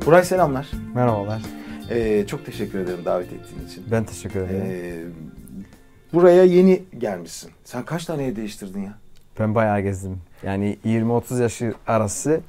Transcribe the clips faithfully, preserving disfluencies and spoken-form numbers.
Buray selamlar. Merhabalar. Ee, çok teşekkür ederim davet ettiğin için. Ben teşekkür ederim. Ee, buraya yeni gelmişsin. Sen kaç tane ev değiştirdin ya? Ben bayağı gezdim. Yani yirmi otuz yaşı arası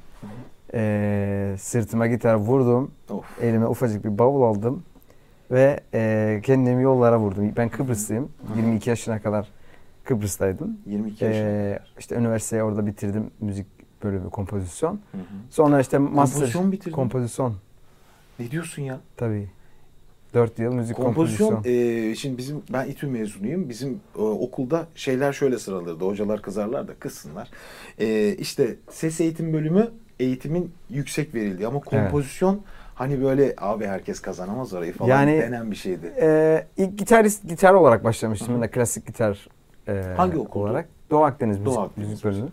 e, sırtıma gitar vurdum. Of. Elime ufacık bir bavul aldım. Ve e, kendimi yollara vurdum. Ben Kıbrıslıyım. Hı-hı. yirmi iki yaşına kadar Kıbrıs'taydım. yirmi iki yaşına ee, İşte üniversiteyi orada bitirdim. Müzik bölümü, kompozisyon. Hı-hı. Sonra işte master. Kompozisyon bitirdin. Kompozisyon. Ne diyorsun ya? Tabii. dört yıl müzik kompozisyon. kompozisyon. E, şimdi bizim, ben İTÜ mezunuyum. Bizim e, okulda şeyler şöyle sıralardı. Hocalar kızarlar da kızsınlar. E, işte ses eğitim bölümü eğitimin yüksek verildiği ama kompozisyon evet. Hani böyle abi herkes kazanamaz orayı falan yani, denen bir şeydi. E, ilk gitarist gitar olarak başlamıştım. Ben de klasik gitar e, hangi okul olarak. Doğu Akdeniz Müzik, Doğu Akdeniz müzik bölümü.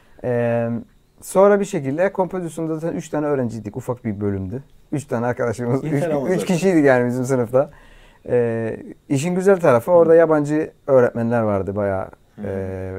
E, sonra bir şekilde kompozisyonda zaten üç tane öğrenciydik. Ufak bir bölümdü. Üç tane arkadaşımız. Üç, üç kişiydik yani bizim sınıfta. E, işin güzel tarafı orada yabancı öğretmenler vardı bayağı. E,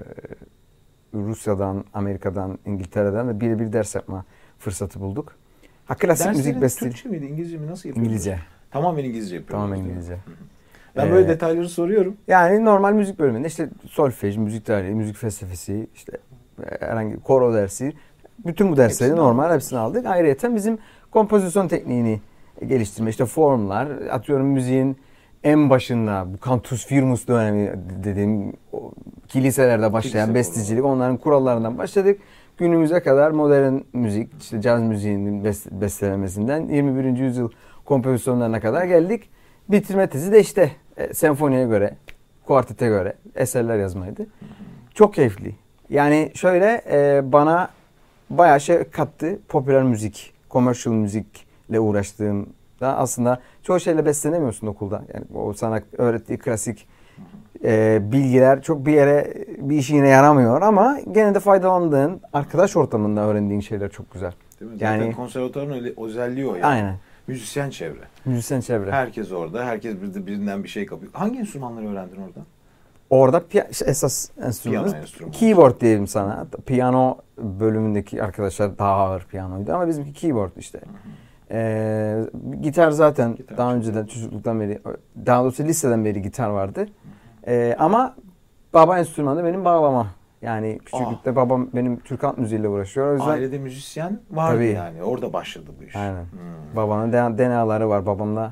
Rusya'dan, Amerika'dan, İngiltere'den ve birebir ders yapma fırsatı bulduk. Ha, klasik derslerin müzik bestesi. Türkçe miydi, İngilizce mi? Nasıl yapıyordunuz? İngilizce. Tamamen İngilizce yapıyordunuz. Tamamen İngilizce. Ben ee, böyle detayları soruyorum. Yani normal müzik bölümünde işte solfej, müzik tarihi, müzik felsefesi, işte herhangi koro dersi, bütün bu dersleri hepsini normal aldık. Hepsini aldık. Ayrıca bizim kompozisyon tekniğini geliştirme, işte formlar, atıyorum müziğin en başında bu Cantus Firmus dönemi dediğim o, kiliselerde başlayan kilise bestecilik, onların kurallarından başladık. Günümüze kadar modern müzik, işte caz müziğinin bestelenmesinden yirmi birinci yüzyıl kompozisyonlarına kadar geldik. Bitirme tezi de işte e, senfoniye göre, kuartete göre eserler yazmaydı. Çok keyifli. Yani şöyle e, bana bayağı şey kattı. Popüler müzik, commercial müzikle uğraştığımda aslında çoğu şeyle beslenemiyorsun okulda. Yani o sana öğrettiği klasik e, bilgiler çok bir yere bir işine yaramıyor ama gene de faydalandığın arkadaş ortamında öğrendiğin şeyler çok güzel. Değil mi? Zaten yani konservatuvarın özelliği o yani. Aynen. Müzisyen çevre. Müzisyen çevre. Herkes orada. Herkes birinden bir şey kapıyor. Hangi enstrümanları öğrendin orada? Orada pi- esas enstrümanımız keyboard diyelim sana. Piyano bölümündeki arkadaşlar daha ağır piyanoydu ama bizimki keyboard işte. Hı hı. Ee, gitar zaten gitar daha önceden çocukluktan beri, daha doğrusu liseden beri gitar vardı. Hı hı. Ee, ama baba enstrümanı benim bağlama. Yani küçüklükte Aa. babam benim Türk halk müziğiyle uğraşıyor. O yüzden ailede müzisyen vardı tabii. Yani. Orada başladı bu iş. Aynen. Hmm. Babanın D N A'ları var. Babamla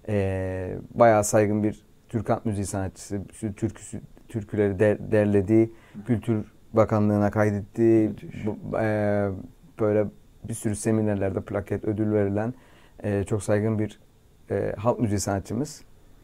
e, bayağı saygın bir Türk halk müziği sanatçısı. Türküsü, türküleri der, derlediği, Kültür Bakanlığı'na kaydettiği, bu, e, böyle bir sürü seminerlerde plaket, ödül verilen e, çok saygın bir e, halk müziği sanatçımız.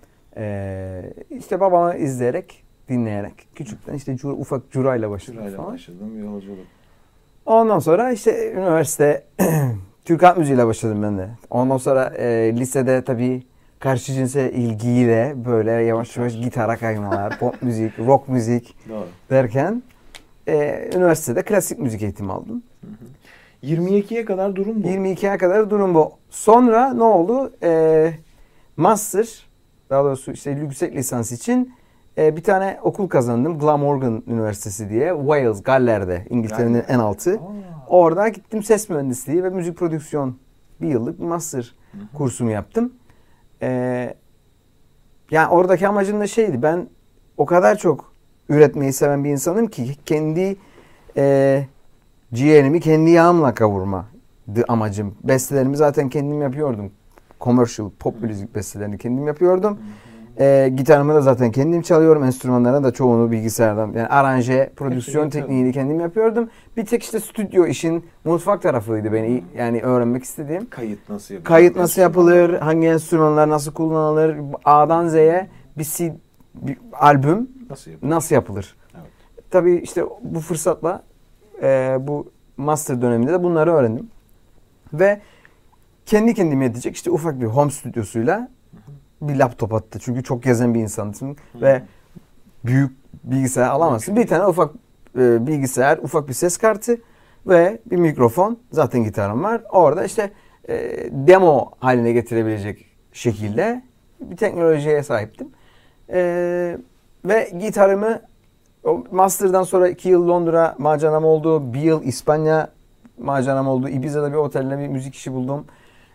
E, işte babamı izleyerek, dinleyerek küçükten işte cura, ufak curayla başladım curayla falan. başladım bir yolculuk. Ondan sonra işte üniversite Türk halk müziğiyle başladım ben de. Ondan sonra e, lisede tabii karşı cinse ilgiyle böyle yavaş yavaş gitara kaymalar, pop müzik, rock müzik Doğru. derken e, üniversitede klasik müzik eğitimi aldım. Hı hı. yirmi ikiye kadar durum bu. yirmi ikiye kadar durum bu. Sonra ne oldu? E, master, daha doğrusu işte yüksek lisans için e, bir tane okul kazandım. Glamorgan Üniversitesi diye. Wales, Galler'de. İngiltere'nin yani. en altı. Aa. Orada gittim ses mühendisliği ve müzik prodüksiyon bir yıllık bir master hı hı. kursumu yaptım. Ee, yani oradaki amacım da şeydi. Ben o kadar çok üretmeyi seven bir insanım ki kendi e, ciğerimi kendi yağımla kavurma amacım. Bestelerimi zaten kendim yapıyordum. Commercial, pop müzik bestelerini kendim yapıyordum. E, gitarımı da zaten kendim çalıyorum. Enstrümanlara da çoğunu bilgisayardan. Yani aranje, prodüksiyon tekniğini kendim yapıyordum. Bir tek işte stüdyo işin mutfak tarafıydı beni yani öğrenmek istediğim. Kayıt nasıl yapılır? Kayıt nasıl yapılır? Hangi enstrümanlar nasıl kullanılır? A'dan Z'ye bir, C, bir albüm nasıl yapılır? Nasıl yapılır? Evet. Tabii işte bu fırsatla e, bu master döneminde de bunları öğrendim. Ve kendi kendime edecek işte ufak bir home stüdyosuyla bir laptop attı. Çünkü çok gezen bir insansın Hı. ve büyük bilgisayar alamazsın. Bir tane ufak e, bilgisayar, ufak bir ses kartı ve bir mikrofon. Zaten gitarım var. Orada işte e, demo haline getirebilecek şekilde bir teknolojiye sahiptim. E, ve gitarımı o master'dan sonra iki yıl Londra maceram oldu. Bir yıl İspanya maceram oldu. Ibiza'da bir otelde bir müzik işi buldum.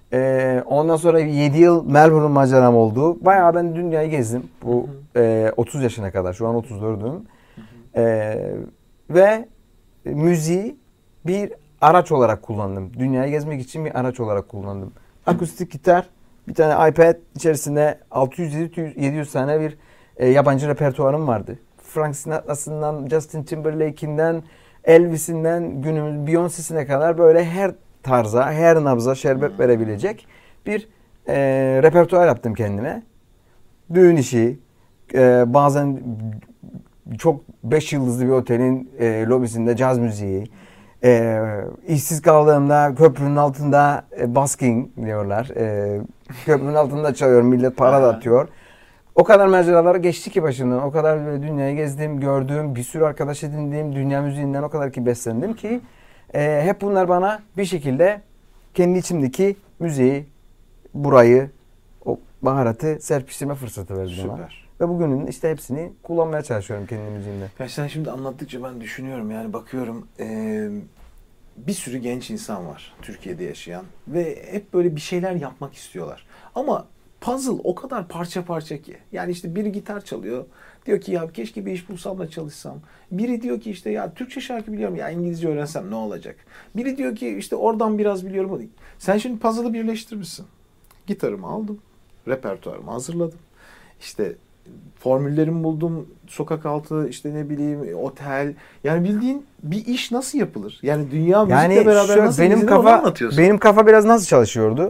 Ee, ondan sonra yedi yıl Melbourne maceram oldu. Bayağı ben dünyayı gezdim. Bu e, otuz yaşına kadar. Şu an otuz dördüm. Ee, ve müziği bir araç olarak kullandım. Dünyayı gezmek için bir araç olarak kullandım. Akustik gitar, bir tane iPad, içerisinde altı yüz yedi yüz tane bir e, yabancı repertuarım vardı. Frank Sinatra'sından, Justin Timberlake'inden, Elvis'inden, günümüz Beyoncé'sine kadar böyle her tarza, her nabza şerbet verebilecek bir e, repertuar yaptım kendime. Düğün işi, e, bazen çok beş yıldızlı bir otelin e, lobisinde caz müziği, e, işsiz kaldığımda köprünün altında e, busking diyorlar. E, köprünün altında çalıyorum, millet para da atıyor. O kadar maceralara geçti ki başımdan, o kadar böyle dünyayı gezdim, gördüm, bir sürü arkadaş edindim, dünya müziğinden o kadar ki beslendim ki e, hep bunlar bana bir şekilde kendi içimdeki müziği, burayı, o baharatı serpiştirme fırsatı verdi bana. Süper. Ve bugünün işte hepsini kullanmaya çalışıyorum kendi müziğimde. Ya sen şimdi anlattıkça ben düşünüyorum yani bakıyorum ee, bir sürü genç insan var Türkiye'de yaşayan ve hep böyle bir şeyler yapmak istiyorlar. Ama puzzle o kadar parça parça ki. Yani işte biri gitar çalıyor. Diyor ki ya keşke bir iş bulsam da çalışsam. Biri diyor ki işte ya Türkçe şarkı biliyorum ya İngilizce öğrensem ne olacak? Biri diyor ki işte oradan biraz biliyorum. Sen şimdi puzzle'ı birleştirmişsin. Gitarımı aldım. Repertuarımı hazırladım. İşte formüllerimi buldum. Sokak altı işte ne bileyim otel. Yani bildiğin bir iş nasıl yapılır? Yani dünya müzikle Yani beraber şu, nasıl benim gezilir onu kafa anlatıyorsun. benim kafa biraz nasıl çalışıyordu?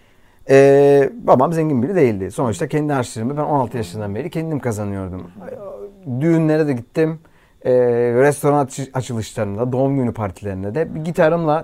Ee, babam zengin biri değildi. Sonuçta kendi harçlığımı ben on altı yaşından beri kendim kazanıyordum. Düğünlere de gittim. Ee, restoran açılışlarında, doğum günü partilerinde de bir gitarımla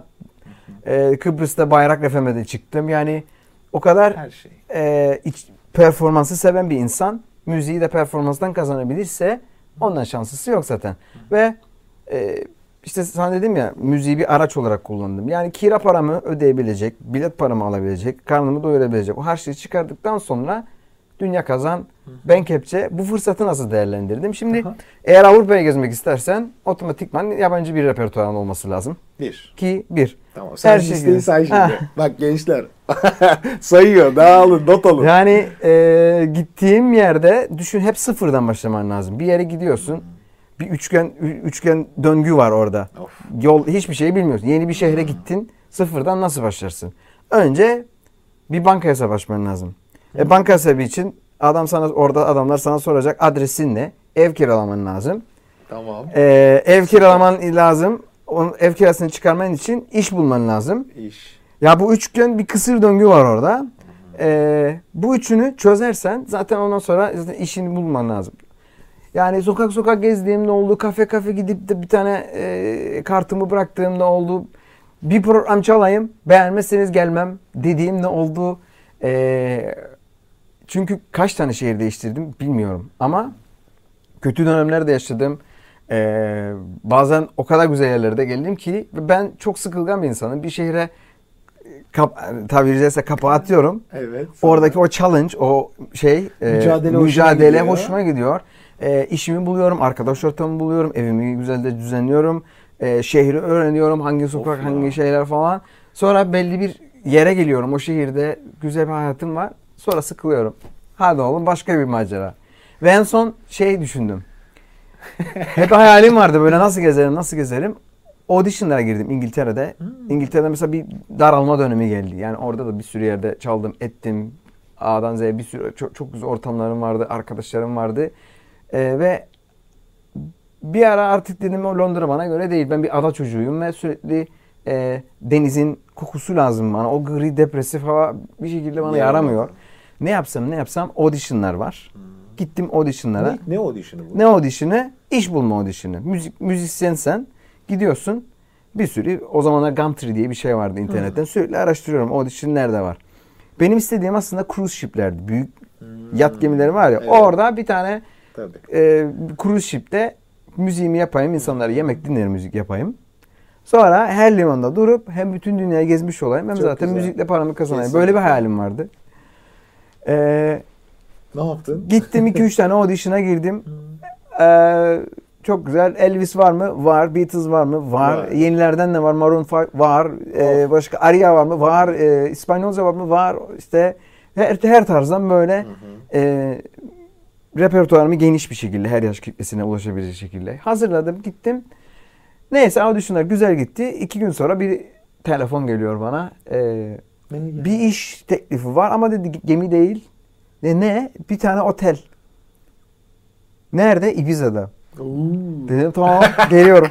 e, Kıbrıs'ta Bayrak F M'de de çıktım. Yani o kadar Her şey. e, iç, performansı seven bir insan müziği de performanstan kazanabilirse ondan şanslısı yok zaten. Hı. Ve e, işte sana dedim ya müziği bir araç olarak kullandım. Yani kira paramı ödeyebilecek, bilet paramı alabilecek, karnımı doyurabilecek o her şeyi çıkardıktan sonra dünya kazan, Hı. ben kepçe bu fırsatı nasıl değerlendirdim? Şimdi Aha. eğer Avrupa'ya gezmek istersen otomatikman yabancı bir repertuarın olması lazım. Bir. Ki bir. Tamam. Sen her listeyi say şimdi. Ha. Bak gençler sayıyor. Dağılın, not alın. Yani e, gittiğim yerde düşün hep sıfırdan başlaman lazım. Bir yere gidiyorsun. Bir üçgen üçgen döngü var orada. Of. Yol hiçbir şey bilmiyorsun. Yeni bir şehre gittin. Sıfırdan nasıl başlarsın? Önce bir banka hesabı açman lazım. E, banka hesabı için adam sana orada adamlar sana soracak adresin ne? Ev kiralaman lazım. Tamam. E, ev kiralaman lazım. Onun ev kirasını çıkarman için iş bulman lazım. İş. Ya bu üçgen bir kısır döngü var orada. Ee, bu üçünü çözersen zaten ondan sonra zaten işini bulman lazım. Yani sokak sokak gezdiğimde oldu, kafe kafe gidip de bir tane e, kartımı bıraktığımda oldu. Bir program çalayım, beğenmezseniz gelmem dediğimde oldu. E, çünkü kaç tane şehir değiştirdim bilmiyorum ama kötü dönemlerde yaşadım. Ee, bazen o kadar güzel yerlerde geldim ki ben çok sıkılgan bir insanım. Bir şehre kap, tabiri caizse kapağı atıyorum. Evet. Oradaki o challenge, o şey mücadele, e, mücadele hoşuma gidiyor. Hoşuma gidiyor. E, işimi buluyorum, arkadaş ortamı buluyorum, evimi güzelce düzenliyorum. E, şehri öğreniyorum, hangi sokak, of hangi ya. şeyler falan. Sonra belli bir yere geliyorum. O şehirde güzel bir hayatım var. Sonra sıkılıyorum. Hadi oğlum başka bir macera. Ve en son şey düşündüm. Hep hayalim vardı böyle nasıl gezerim nasıl gezerim. Audition'lara girdim İngiltere'de. Hmm. İngiltere'de mesela bir daralma dönemi geldi. Yani orada da bir sürü yerde çaldım ettim. A'dan Z'ye bir sürü çok, çok güzel ortamlarım vardı. Arkadaşlarım vardı. Ee, ve bir ara artık dedim o Londra bana göre değil. Ben bir ada çocuğuyum ve sürekli e, denizin kokusu lazım bana. O gri depresif hava bir şekilde bana ya yaramıyor. Ne yapsam ne yapsam audition'lar var. Hmm. Gittim audition'lara. Ne, ne audition'ı bu? Ne audition'ı? İş bulma audition'ı. Müzik, müzisyensen gidiyorsun. Bir sürü o zamanlar Gumtree diye bir şey vardı internetten. Hmm. Sürekli araştırıyorum audition nerede var. Benim istediğim aslında cruise ship'lerdi. Büyük hmm. yat gemileri var ya. Evet. Orada bir tane e, cruise ship'te müziğimi yapayım. İnsanlara yemek dinlerim müzik yapayım. Sonra her limanda durup hem bütün dünyayı gezmiş olayım. Hem Çok zaten güzel. müzikle paramı kazanayım. Kesinlikle. Böyle bir hayalim vardı. Eee Ne yaptın? Gittim iki üç tane audition'a girdim. Ee, Çok güzel. Elvis var mı? Var. Beatles var mı? Var. Var. Yenilerden de var. Maroon beş var. Ee, başka Aria var mı? Var. Ee, İspanyolca var mı? Var. İşte her, her tarzdan böyle hı hı. E, repertuarımı geniş bir şekilde her yaş kitlesine ulaşabilecek şekilde hazırladım. Gittim. Neyse auditionlar güzel gitti. İki gün sonra bir telefon geliyor bana. Ee, bir iş teklifi var ama dedi gemi değil. E, ne? Bir tane otel. Nerede? Ibiza'da. Oo. Dedim tamam geliyorum.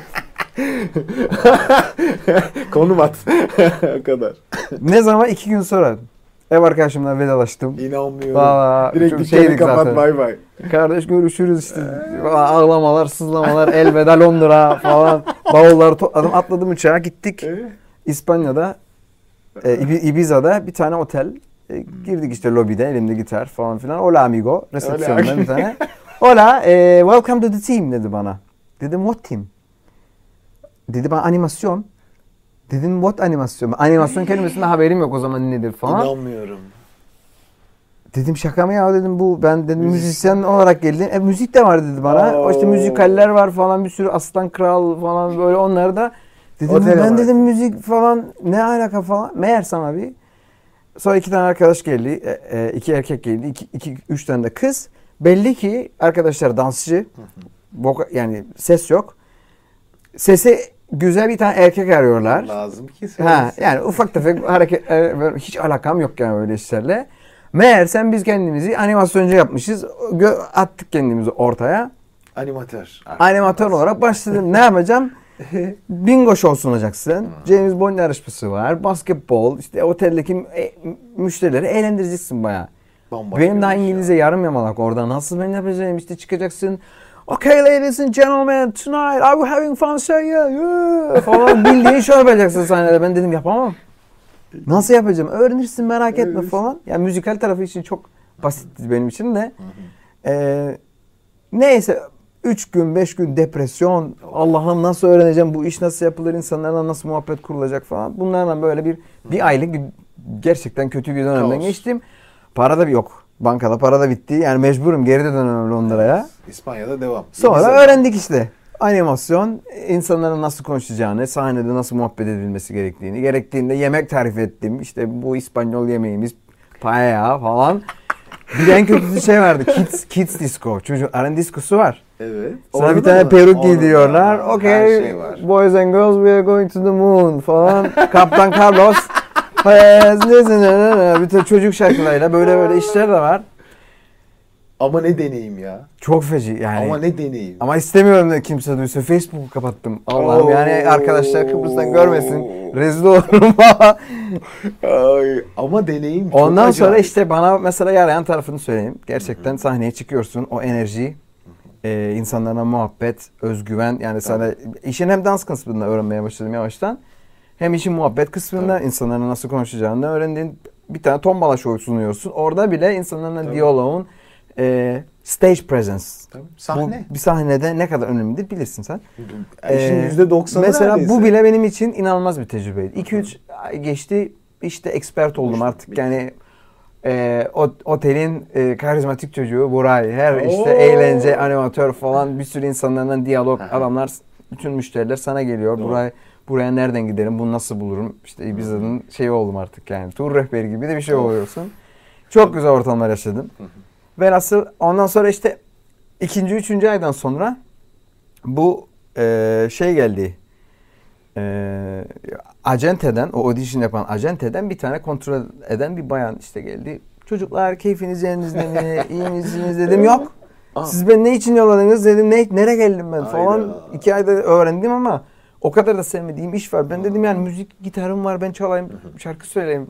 Konum at. O kadar. Ne zaman? İki gün sonra. Ev arkadaşımla vedalaştım. İnanmıyorum. Valla, direkt dükkanı kapat bay bay. Kardeş görüşürüz işte. Ağlamalar, sızlamalar, elveda Londra falan. Bavulları topladım, atladım uçağa gittik. İspanya'da, e, Ibiza'da bir tane otel. E, girdik işte lobide, elimde gitar falan filan. Hola amigo, resepsiyonda bir tane. Hola, e, welcome to the team dedi bana. Dedim what team? Dedi bana animasyon. Dedim what animasyon? Animasyon kelimesinde haberim yok o zaman nedir falan. İnanmıyorum. Dedim şaka mı ya dedim bu ben dedim müzisyen olarak geldim. E müzik de var dedi bana. O işte müzikaller var falan bir sürü Aslan Kral falan böyle onlar da. Dedim Otel ben var. Dedim müzik falan ne alaka falan. Meğersem abi. Sonra iki tane arkadaş geldi. E, e, iki erkek geldi. İki, iki, üç tane de kız. Belli ki arkadaşlar dansçı. Boka, yani ses yok. Sesi güzel bir tane erkek arıyorlar. Lazım ki ses. Ha, yani ufak tefek hareket hiç alakam yok yani öyle işlerle. Meğersem biz kendimizi animasyoncu yapmışız. Gö- attık kendimizi ortaya. Animatör. Animatör olarak başladım. Ne yapacağım? Bingo show sunacaksın. James Bond yarışması var. Basketbol. İşte oteldeki e, müşterileri eğlendireceksin bayağı. Bambaşka benim daha İngilizce ya. Yarım yamalak orada. Nasıl ben yapacağım? İşte çıkacaksın. Okay ladies and gentlemen, tonight I will having fun say yeah, yeah falan bildiğin show yapacaksın sahnede. Ben dedim yapamam. Nasıl yapacağım? Öğrenirsin merak etme evet. falan. Yani müzikal tarafı için çok basitti benim için de. Ee, neyse üç gün beş gün depresyon. Allah'ım nasıl öğreneceğim? Bu iş nasıl yapılır? İnsanlarla nasıl muhabbet kurulacak falan. Bunlarla böyle bir bir aylık bir, gerçekten kötü bir dönemden geçtim. Para da yok. Bankada para da bitti. Yani mecburum geri de dönemem Londra'ya. İspanya'da devam. Sonra İngilizce öğrendik devam. işte. Animasyon, insanların nasıl konuşacağını, sahnede nasıl muhabbet edilmesi gerektiğini, gerektiğinde yemek tarif ettim. İşte bu İspanyol yemeğimiz paella falan. Bir de en kötüsü şey vardı. Kids, kids disco. Çocukların diskosu var. Evet. Sana orada bir tane peruk giydiriyorlar. Okay, şey boys and girls we are going to the moon falan. Kaptan Carlos. Bütün çocuk şarkılarıyla böyle böyle işler de var. Ama ne deneyim ya. Çok feci yani. Ama ne deneyim. Ama istemiyorum da kimse duysa. Facebook'u kapattım. Allah'ım yani arkadaşlar Kıbrıs'tan görmesin. Rezil olurum falan. Ama deneyim çok Ondan acayip. sonra işte bana mesela yarayan tarafını söyleyeyim. Gerçekten Hı-hı. sahneye çıkıyorsun. O enerji, e, insanlarla muhabbet, özgüven. Yani sana işin hem dans kısmında öğrenmeye başladım yavaştan. Hem işin muhabbet kısmında evet. insanlarla nasıl konuşacağını öğrendiğin bir tane tombala show sunuyorsun. Orada bile insanlarla Tabii. diyaloğun e, stage presence. Tabii. Sahne. Bu bir sahnede ne kadar önemlidir bilirsin sen. İşin yüzde doksanı mesela neredeyse. bu bile benim için inanılmaz bir tecrübeydi. iki üç ay geçti işte expert oldum Hoş artık. Yani e, otelin e, karizmatik çocuğu Buray. Her Oo. işte eğlence, animatör falan bir sürü insanlarla diyalog. Adamlar, bütün müşteriler sana geliyor. Doğru. Buray buraya nereden giderim, bunu nasıl bulurum? İşte Ibiza'nın şeyi oldum artık yani. Tur rehberi gibi de bir şey oluyorsun. Çok güzel ortamlar yaşadım. Ve nasıl ondan sonra işte ikinci, üçüncü aydan sonra bu e, şey geldi. E, acenteden, o audition yapan acenteden bir tane kontrol eden bir bayan işte geldi. Çocuklar keyfiniz yerinizde mi? İyi misiniz dedim. Yok. Siz beni ne için yolladınız dedim. Ne, nereye geldim ben falan. Aynen. İki ayda öğrendim ama o kadar da sevmediğim iş var. Ben dedim yani müzik gitarım var ben çalayım, şarkı söyleyeyim.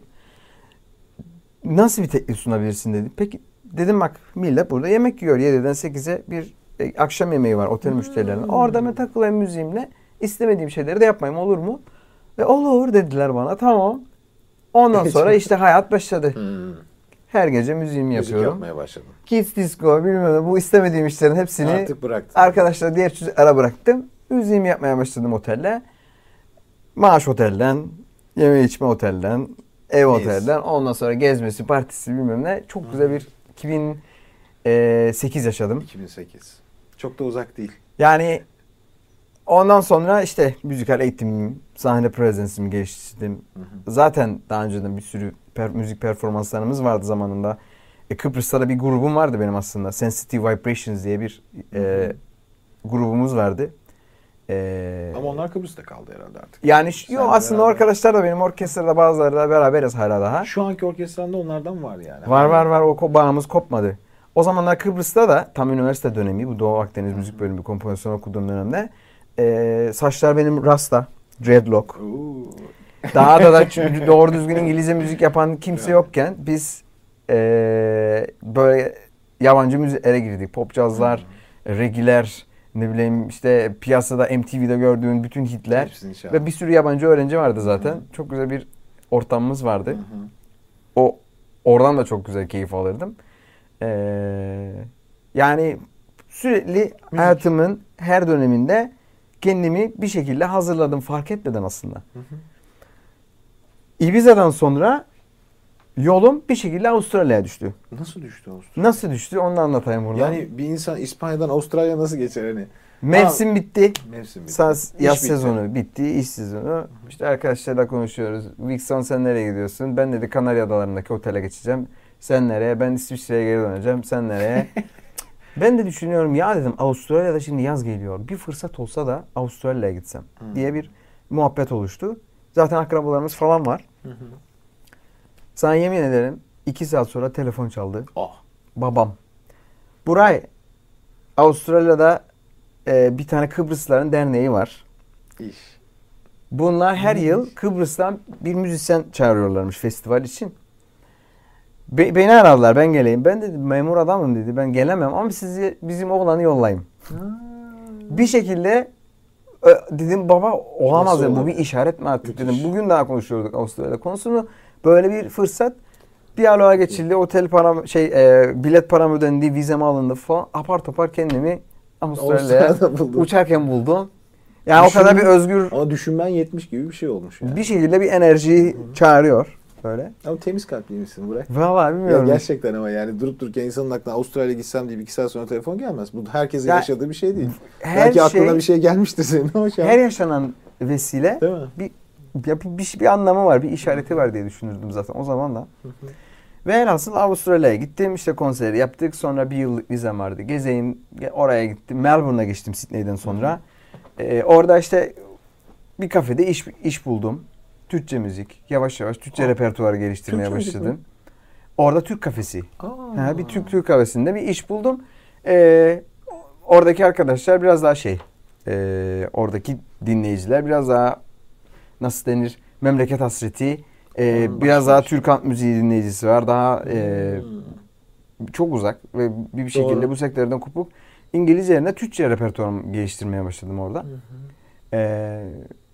Nasıl bir teklif sunabilirsin dedi. Peki dedim bak millet burada yemek yiyor. yediden sekize bir e, akşam yemeği var otel müşterilerine. Orada ben takılayım müziğimle. İstemediğim şeyleri de yapmayayım olur mu? Ve olur dediler bana. Tamam. Ondan sonra işte hayat başladı. Her gece müziğimi Müzik yapıyorum. yapmaya başladım. Kids disco bilmem ne bu istemediğim işlerin hepsini artık bıraktım. Arkadaşlar diğer çocuklara bıraktım. Müziğimi yapmaya başladım otelde. Maaş otelden, yeme içme otelden, ev Neyiz? otelden. Ondan sonra gezmesi, partisi bilmem ne. Çok Hı. güzel bir iki bin sekiz yaşadım. iki bin sekiz. Çok da uzak değil. Yani Ondan sonra işte müzikal eğitimim, sahne presence'imi geliştirdim. Hı hı. Zaten daha önceden bir sürü per, müzik performanslarımız vardı zamanında. E, Kıbrıs'ta da bir grubum vardı benim aslında. Sensitive Vibrations diye bir e, grubumuz vardı. E, Ama onlar Kıbrıs'ta kaldı herhalde artık. Yani yok aslında beraber... o arkadaşlar da benim orkestrada bazıları da beraberiz hala daha. Şu anki orkestranda onlardan var yani. Var var var o bağımız kopmadı. O zamanlar Kıbrıs'ta da tam üniversite dönemi, bu Doğu Akdeniz Hı-hı. Müzik Bölümü kompozisyon okuduğum dönemde e, saçlar benim rasta, dreadlock. Daha da da çünkü doğru düzgün İngilizce müzik yapan kimse yokken biz e, böyle yabancı müziklere girdik. Pop cazlar, Hı-hı. regiler, ne bileyim işte piyasada M T V'de gördüğün bütün hitler ve bir sürü yabancı öğrenci vardı zaten. Hı-hı. Çok güzel bir ortamımız vardı. Hı-hı. O oradan da çok güzel keyif alırdım. Ee, yani sürekli Müzik. hayatımın her döneminde kendimi bir şekilde hazırladım fark etmeden aslında. Hı hı. Ibiza'dan sonra yolum bir şekilde Avustralya'ya düştü. Nasıl düştü Avustralya? Nasıl düştü onu da anlatayım burada. Yani bir insan İspanya'dan Avustralya'ya nasıl geçer hani? Mevsim ha, bitti. Mevsim bitti. Saz, yaz bitti. sezonu bitti, iş sezonu. Hı hı. İşte arkadaşlarla konuşuyoruz. Wilson sen nereye gidiyorsun? Ben dedi Kanarya Adaları'ndaki otele geçeceğim. Sen nereye? Ben İsviçre'ye geri döneceğim. Sen nereye? Ben de düşünüyorum ya dedim Avustralya'da şimdi yaz geliyor. Bir fırsat olsa da Avustralya'ya gitsem hmm. diye bir muhabbet oluştu. Zaten akrabalarımız falan var. Hı hı. Sana yemin ederim iki saat sonra telefon çaldı. Oh. Babam. Buray, Avustralya'da e, bir tane Kıbrıslıların derneği var. İş. Bunlar her hmm. yıl Kıbrıs'tan bir müzisyen çağırıyorlarmış festival için. Be- beni aradılar ben geleyim. Ben dedim memur adamım dedi. Ben gelemem ama sizi bizim oğlanı yollayayım. Hmm. Bir şekilde dedim baba olamaz dedim. Bu bir işaret mi artık Müthiş. dedim. Bugün daha konuşuyorduk Avustralya konusunu. Böyle bir fırsat diyaloğa geçildi. Otel param şey e, bilet param ödendi, vizem alındı falan. Apar topar kendimi Avustralya'ya uçarken buldum. Yani Düşün, o kadar bir özgür. Ama düşünmen yetmiş gibi bir şey olmuş yani. Bir şekilde bir enerjiyi Hı-hı. çağırıyor. Böyle. Ama temiz kalpli misin Burak? Vallahi bilmiyorum. Ya gerçekten ama yani durup dururken insanın aklına Avustralya'ya gitsem diye bir iki saat sonra telefon gelmez. Bu herkesin ya, yaşadığı bir şey değil. Belki şey, aklına bir şey gelmiştir senin ama şey. Her yaşanan vesile bir, bir, bir, bir anlamı var, bir işareti var diye düşünürdüm zaten o zaman da. Ve elhasıl Avustralya'ya gittim. İşte konseri yaptık. Sonra bir yıllık vizem vardı. Gezeyim. Oraya gittim. Melbourne'a geçtim Sydney'den sonra. Ee, orada işte bir kafede iş iş buldum. Türkçe müzik. Yavaş yavaş Türkçe Aa, repertuarı geliştirmeye Türkçe başladım. Orada Türk kafesi. Ha, bir Türk Türk kafesinde bir iş buldum. Ee, oradaki arkadaşlar biraz daha şey. E, oradaki dinleyiciler biraz daha nasıl denir? Memleket hasreti. E, hmm, biraz daha Türk halk müziği dinleyicisi var. Daha e, hmm. çok uzak ve bir şekilde Doğru. bu sektörden kopup İngilizce yerine Türkçe repertuarımı geliştirmeye başladım orada. Hı hı. Ee,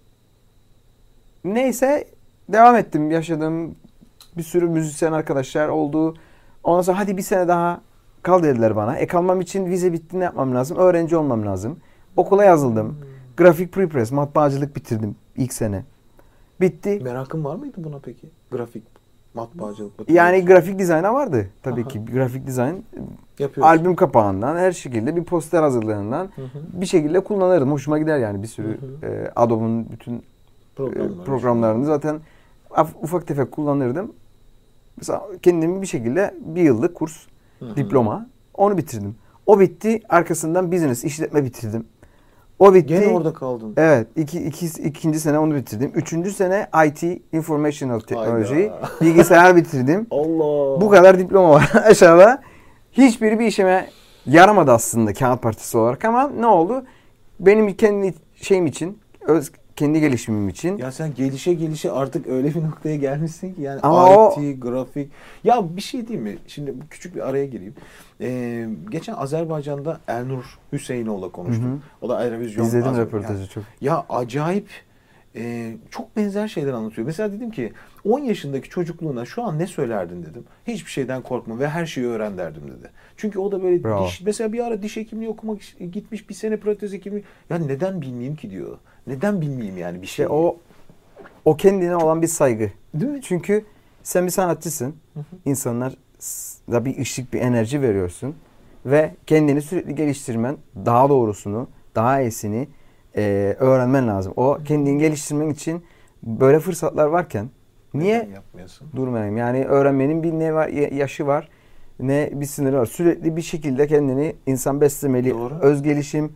neyse devam ettim. Yaşadığım bir sürü müzisyen arkadaşlar oldu. Ondan sonra hadi bir sene daha kal dediler bana. E kalmam için vize bitti ne yapmam lazım? Öğrenci olmam lazım. Okula yazıldım. Hmm. Grafik prepress, matbaacılık bitirdim ilk sene. Bitti. Merakın var mıydı buna peki? Grafik, matbaacılık. Yani grafik dizayna vardı tabii Aha. ki. Grafik dizayn albüm kapağından her şekilde bir poster hazırlığından hı hı. bir şekilde kullanırdım. Hoşuma gider yani bir sürü hı hı. E, Adobe'un bütün Programlar, e, programlarını zaten ufak tefek kullanırdım. Mesela kendimi bir şekilde bir yıllık kurs, hı hı. diploma onu bitirdim. O bitti. Arkasından business, işletme bitirdim. O bitti. Gene orada kaldın. Evet. Iki, iki, ikinci sene onu bitirdim. Üçüncü sene I T, Informational Technology, bilgisayar bitirdim. Allah. Bu kadar diploma var aşağıda. Hiçbiri bir işime yaramadı aslında kağıt partisi olarak ama ne oldu? Benim kendi şeyim için, öz, kendi gelişimim için. Ya sen gelişe gelişe artık öyle bir noktaya gelmişsin ki yani ama I T, o... grafik. Ya bir şey değil mi? Şimdi küçük bir araya gireyim. Ee, geçen Azerbaycan'da Elnur Hüseyinoğlu'la konuştum. Hı hı. O da Aerovizyon. İzledim röportajı yani, çok. Ya acayip e, çok benzer şeyler anlatıyor. Mesela dedim ki on yaşındaki çocukluğuna şu an ne söylerdin dedim. Hiçbir şeyden korkma ve her şeyi öğren derdim dedi. Çünkü o da böyle Bravo. diş, mesela bir ara diş hekimliği okumak gitmiş bir sene protez hekimliği. Ya neden bilmeyeyim ki diyor. Neden bilmeyeyim yani bir şey. İşte o o kendine olan bir saygı. Değil mi? Çünkü sen bir sanatçısın. Hı hı. İnsanlar da bir ışık, bir enerji veriyorsun ve kendini sürekli geliştirmen, daha doğrusunu, daha iyisini e, öğrenmen lazım. O kendini geliştirmen için böyle fırsatlar varken niye Neden yapmıyorsun? durmayayım? Yani öğrenmenin bir ne var, yaşı var, ne bir sınırı var. Sürekli bir şekilde kendini insan beslemeli. Doğru. Öz gelişim.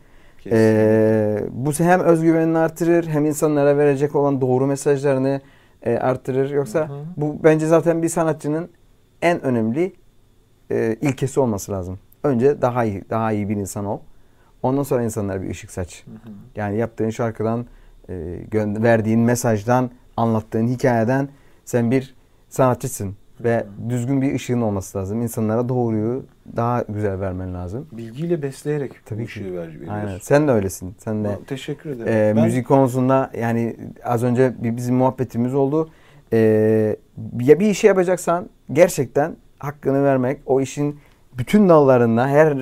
Ee, bu hem özgüvenini artırır hem insanlara verecek olan doğru mesajlarını e, artırır. Yoksa hı hı. bu bence zaten bir sanatçının en önemli e, ilkesi olması lazım. Önce daha iyi, daha iyi bir insan ol. Ondan sonra insanlara bir ışık saç. Hı hı. Yani yaptığın şarkıdan, e, gö- verdiğin mesajdan, anlattığın hikayeden sen bir sanatçısın. Ve düzgün bir ışığın olması lazım. İnsanlara doğruyu daha güzel vermen lazım. Bilgiyle besleyerek tabii bu ışığı veriyorsun. Aynen. Sen de öylesin. Sen de. Teşekkür ederim. E, ben... Müzik konusunda yani az önce bir bizim muhabbetimiz oldu. E, ya bir işi yapacaksan gerçekten hakkını vermek, o işin bütün dallarında, her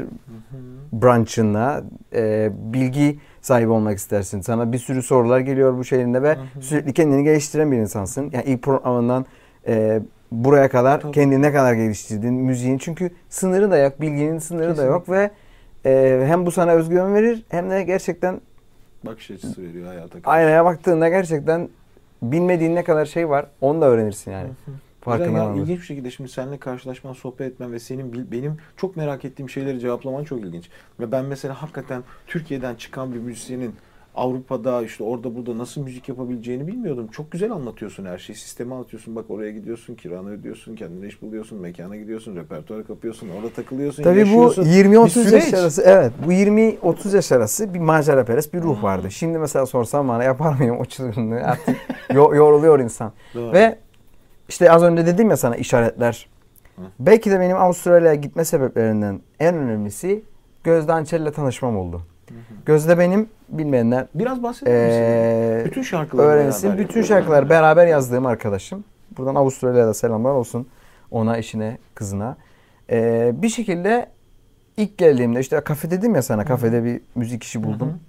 branch'ında e, bilgi sahibi olmak istersin. Sana bir sürü sorular geliyor bu şeyinde ve hı hı. sürekli kendini geliştiren bir insansın. Yani ilk programından e, buraya kadar tabii. kendini ne kadar geliştirdin müziğin. Çünkü sınırı da yok, bilginin sınırı Kesinlikle. da yok ve e, hem bu sana özgüven verir hem de gerçekten bakış açısı veriyor hayata karşı. Aynaya baktığında gerçekten bilmediğin ne kadar şey var onu da öğrenirsin yani. Hı hı. Farkına ya, ilginç bir şekilde şimdi seninle karşılaşman, sohbet etmen ve senin benim çok merak ettiğim şeyleri cevaplaman çok ilginç. Ve ben mesela hakikaten Türkiye'den çıkan bir müzisyenin Avrupa'da işte orada burada nasıl müzik yapabileceğini bilmiyordum. Çok güzel anlatıyorsun her şeyi. Sistemi anlatıyorsun. Bak oraya gidiyorsun, kiranı ödüyorsun, kendine iş buluyorsun, mekana gidiyorsun, repertuarı kapıyorsun, orada takılıyorsun, Tabii yaşıyorsun. Bu yirmi otuz yaş arası, evet bu yirmi otuz yaş arası bir maceraperest bir ruh hmm. vardı. Şimdi mesela sorsam bana yapar mıyım o çılgınlığı? Artık yoruluyor insan. Doğru. Ve işte az önce dedim ya sana işaretler. Hı. Belki de benim Avustralya'ya gitme sebeplerinden en önemlisi Gözde Ançel'le tanışmam oldu. Hı hı. Gözde benim bilmeyenler biraz bahseder misin? Ee, bütün şarkıları öğrensin. beraber bütün şarkılar beraber yazdığım arkadaşım. Buradan Avustralya'ya da selamlar olsun. Ona, eşine, kızına. Ee, bir şekilde ilk geldiğimde işte kafe dedim ya sana, kafede hı hı. bir müzik işi buldum. Hı hı.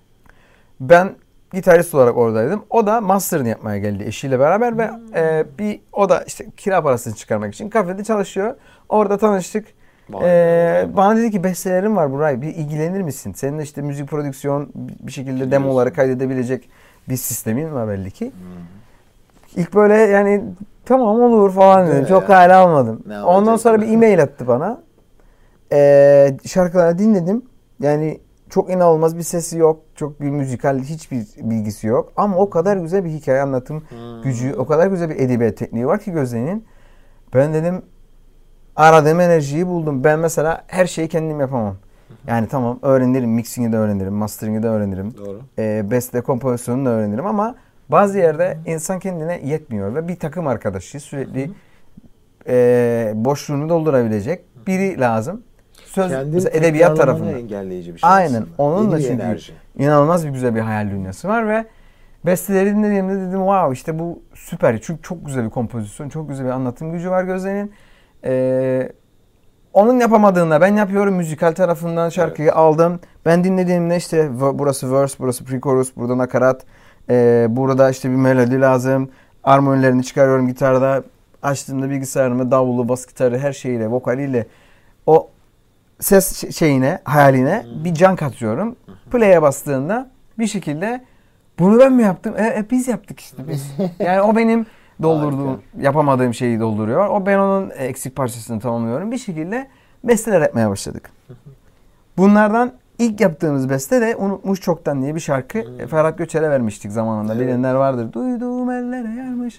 Ben gitarist olarak oradaydım. O da master'ını yapmaya geldi eşiyle beraber hmm. ve e, bir o da işte kira parasını çıkarmak için kafede çalışıyor. Orada tanıştık. Vay, ee, vay. Bana dedi ki bestelerim var Buray, bir ilgilenir misin? Senin de işte müzik prodüksiyon bir şekilde Biliyorsun. demoları kaydedebilecek bir sistemin var belli ki. Hmm. İlk böyle yani tamam olur falan dedim. Çok hala almadım. Ne Ondan sonra bir e-mail attı bana. Ee, şarkıları dinledim. Yani çok inanılmaz bir sesi yok. Çok bir müzikal hiçbir bilgisi yok. Ama o kadar güzel bir hikaye anlatım hmm. gücü, o kadar güzel bir edebiyat tekniği var ki Gözde'nin. Ben dedim aradığım enerjiyi buldum. Ben mesela her şeyi kendim yapamam. Yani tamam öğrenirim, mixing'i de öğrenirim, mastering'i de öğrenirim. Doğru. E, beste, kompozisyonu da öğrenirim ama bazı yerde insan kendine yetmiyor ve bir takım arkadaşı sürekli e, boşluğunu doldurabilecek biri lazım. Söz, mesela edebiyat tarafında. engelleyici bir şey Aynen. aslında. Onun da çünkü enerji. inanılmaz bir güzel bir hayal dünyası var ve besteleri dinlediğimde dedim wow işte bu süper. Çünkü çok güzel bir kompozisyon, çok güzel bir anlatım gücü var Gözde'nin. Ee, onun yapamadığında ben yapıyorum, müzikal tarafından şarkıyı evet. aldım. Ben dinlediğimde işte burası verse, burası pre-chorus, burada nakarat, e, burada işte bir melodi lazım. Armonilerini çıkarıyorum gitarda. Açtığımda bilgisayarımı, davulu, bas gitarı her şeyiyle, vokaliyle o ses şeyine, hayaline hmm. bir can katıyorum. Play'e bastığında bir şekilde bunu ben mi yaptım? E, e biz yaptık işte biz. Yani o benim doldurduğum, yapamadığım şeyi dolduruyor. O ben onun eksik parçasını tamamlıyorum. Bir şekilde besteler yapmaya başladık. Bunlardan ilk yaptığımız beste de Unutmuş Çoktan diye bir şarkı. Hmm. Ferhat Göçer'e vermiştik zamanında. Evet. Bilenler vardır. Duyduğum ellere yarmış.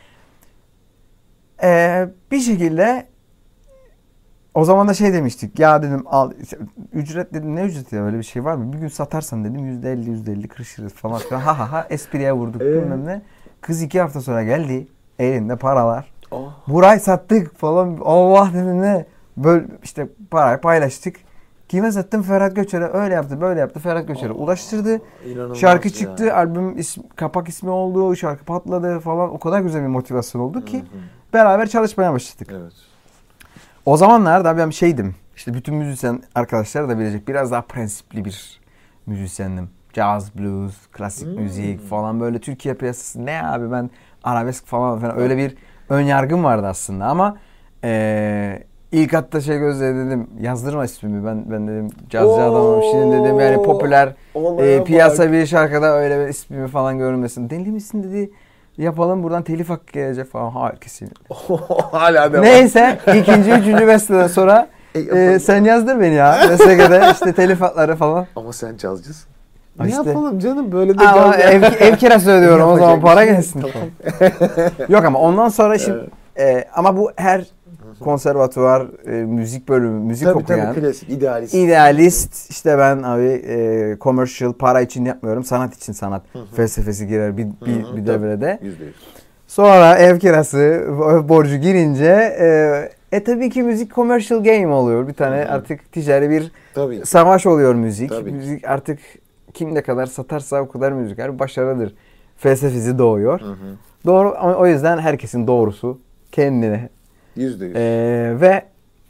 Ee, bir şekilde o zaman da şey demiştik. Ya dedim al ücret dedim, ne ücreti ya, böyle bir şey var mı? Bir gün satarsan dedim yüzde elli yüzde elli kırışırız falan. Ha ha ha espriye vurduk ee? bilmem ne. Kız iki hafta sonra geldi. Elinde paralar. Oh. Buray sattık falan. Allah dedim ne. Böyle işte parayı paylaştık. Kime sattım? Ferhat Göçer'e. Öyle yaptı böyle yaptı. Ferhat Göçer'e oh. ulaştırdı. İnanılmaz şarkı çıktı. Ya. Albüm ismi, kapak ismi oldu. Şarkı patladı falan. O kadar güzel bir motivasyon oldu ki. Hı hı. Beraber çalışmaya başladık. Evet. O zamanlar da ben şeydim. İşte bütün müzisyen arkadaşlar da bilecek. Biraz daha prensipli bir müzisyendim. Jazz, blues, klasik hmm. müzik falan böyle Türkiye piyasası ne abi ben arabesk falan falan öyle bir ön yargım vardı aslında ama e, İlk hatta şey gözle dedim yazdırma ismimi ben ben dedim cazcı adamım şimdi dedim yani popüler e, piyasa bir şarkıda öyle bir ismimi falan görünmesin. Deli misin dedi yapalım buradan telif hakkı gelecek falan. Hayır kesinlikle. Hala devam. Neyse ikinci üçüncü besteden sonra e, e, sen yazdır beni ya. S G'de işte telif hakları falan. Ama sen cazcısın. Ne işte, yapalım canım böyle de ama caz. ev, ev kirası ödüyorum o zaman para gelsin. Tamam. Yok ama ondan sonra şimdi evet. e, ama bu her konservatuvar, e, müzik bölümü, müzik tabii, okuyan. Tabii klasik, idealist. İdealist, işte ben abi e, commercial, para için yapmıyorum, sanat için sanat hı hı. felsefesi girer bir, bir, hı hı, bir devrede. yüzde yüz. Sonra ev kirası borcu girince e, e tabii ki müzik commercial game oluyor. Bir tane hı hı. artık ticari bir tabii. savaş oluyor müzik. Tabii. Müzik artık kim ne kadar satarsa o kadar müzik her başarılıdır. Felsefesi doğuyor. Hı hı. Doğru, o yüzden herkesin doğrusu kendine. Yüzde yüz. Ee, ve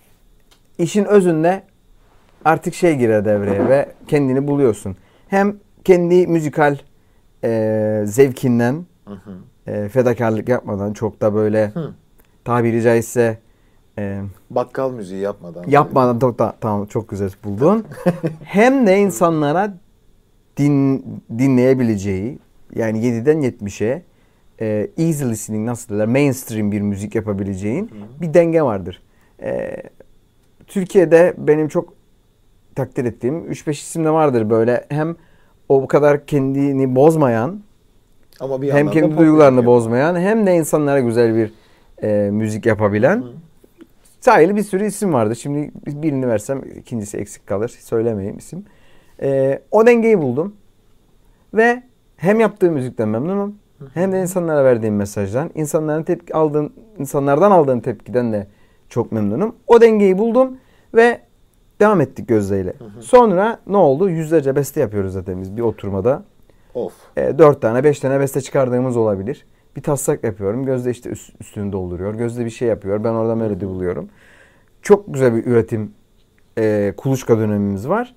işin özünde artık şey girer devreye ve kendini buluyorsun. Hem kendi müzikal e, zevkinden hı hı. E, fedakarlık yapmadan çok da böyle hı. tabiri caizse e, bakkal müziği yapmadan. Yapmadan to- ta- tamam çok güzel buldun. Hem de insanlara din, dinleyebileceği yani yediden yetmişe e, easy listening nasıl derler mainstream bir müzik yapabileceğin hı. bir denge vardır. E, Türkiye'de benim çok takdir ettiğim üç beş isim de vardır böyle hem o kadar kendini bozmayan ama bir hem kendi duygularını bozmayan hem de insanlara güzel bir e, müzik yapabilen hı. sahili bir sürü isim vardı. Şimdi birini versem ikincisi eksik kalır. Söylemeyeyim isim. E, o dengeyi buldum. Ve hem yaptığım müzikten memnunum. Hı hı. Hem de insanlara verdiğim mesajdan, insanların tepki aldığım, insanlardan aldığım tepkiden de çok memnunum. O dengeyi buldum ve devam ettik Gözde ile. Hı hı. Sonra ne oldu? Yüzlerce beste yapıyoruz zaten biz bir oturmada. Of. E, dört tane, beş tane beste çıkardığımız olabilir. Bir taslak yapıyorum. Gözde işte üst, üstünü dolduruyor. Gözde bir şey yapıyor. Ben orada melodi buluyorum. Çok güzel bir üretim e, kuluçka dönemimiz var.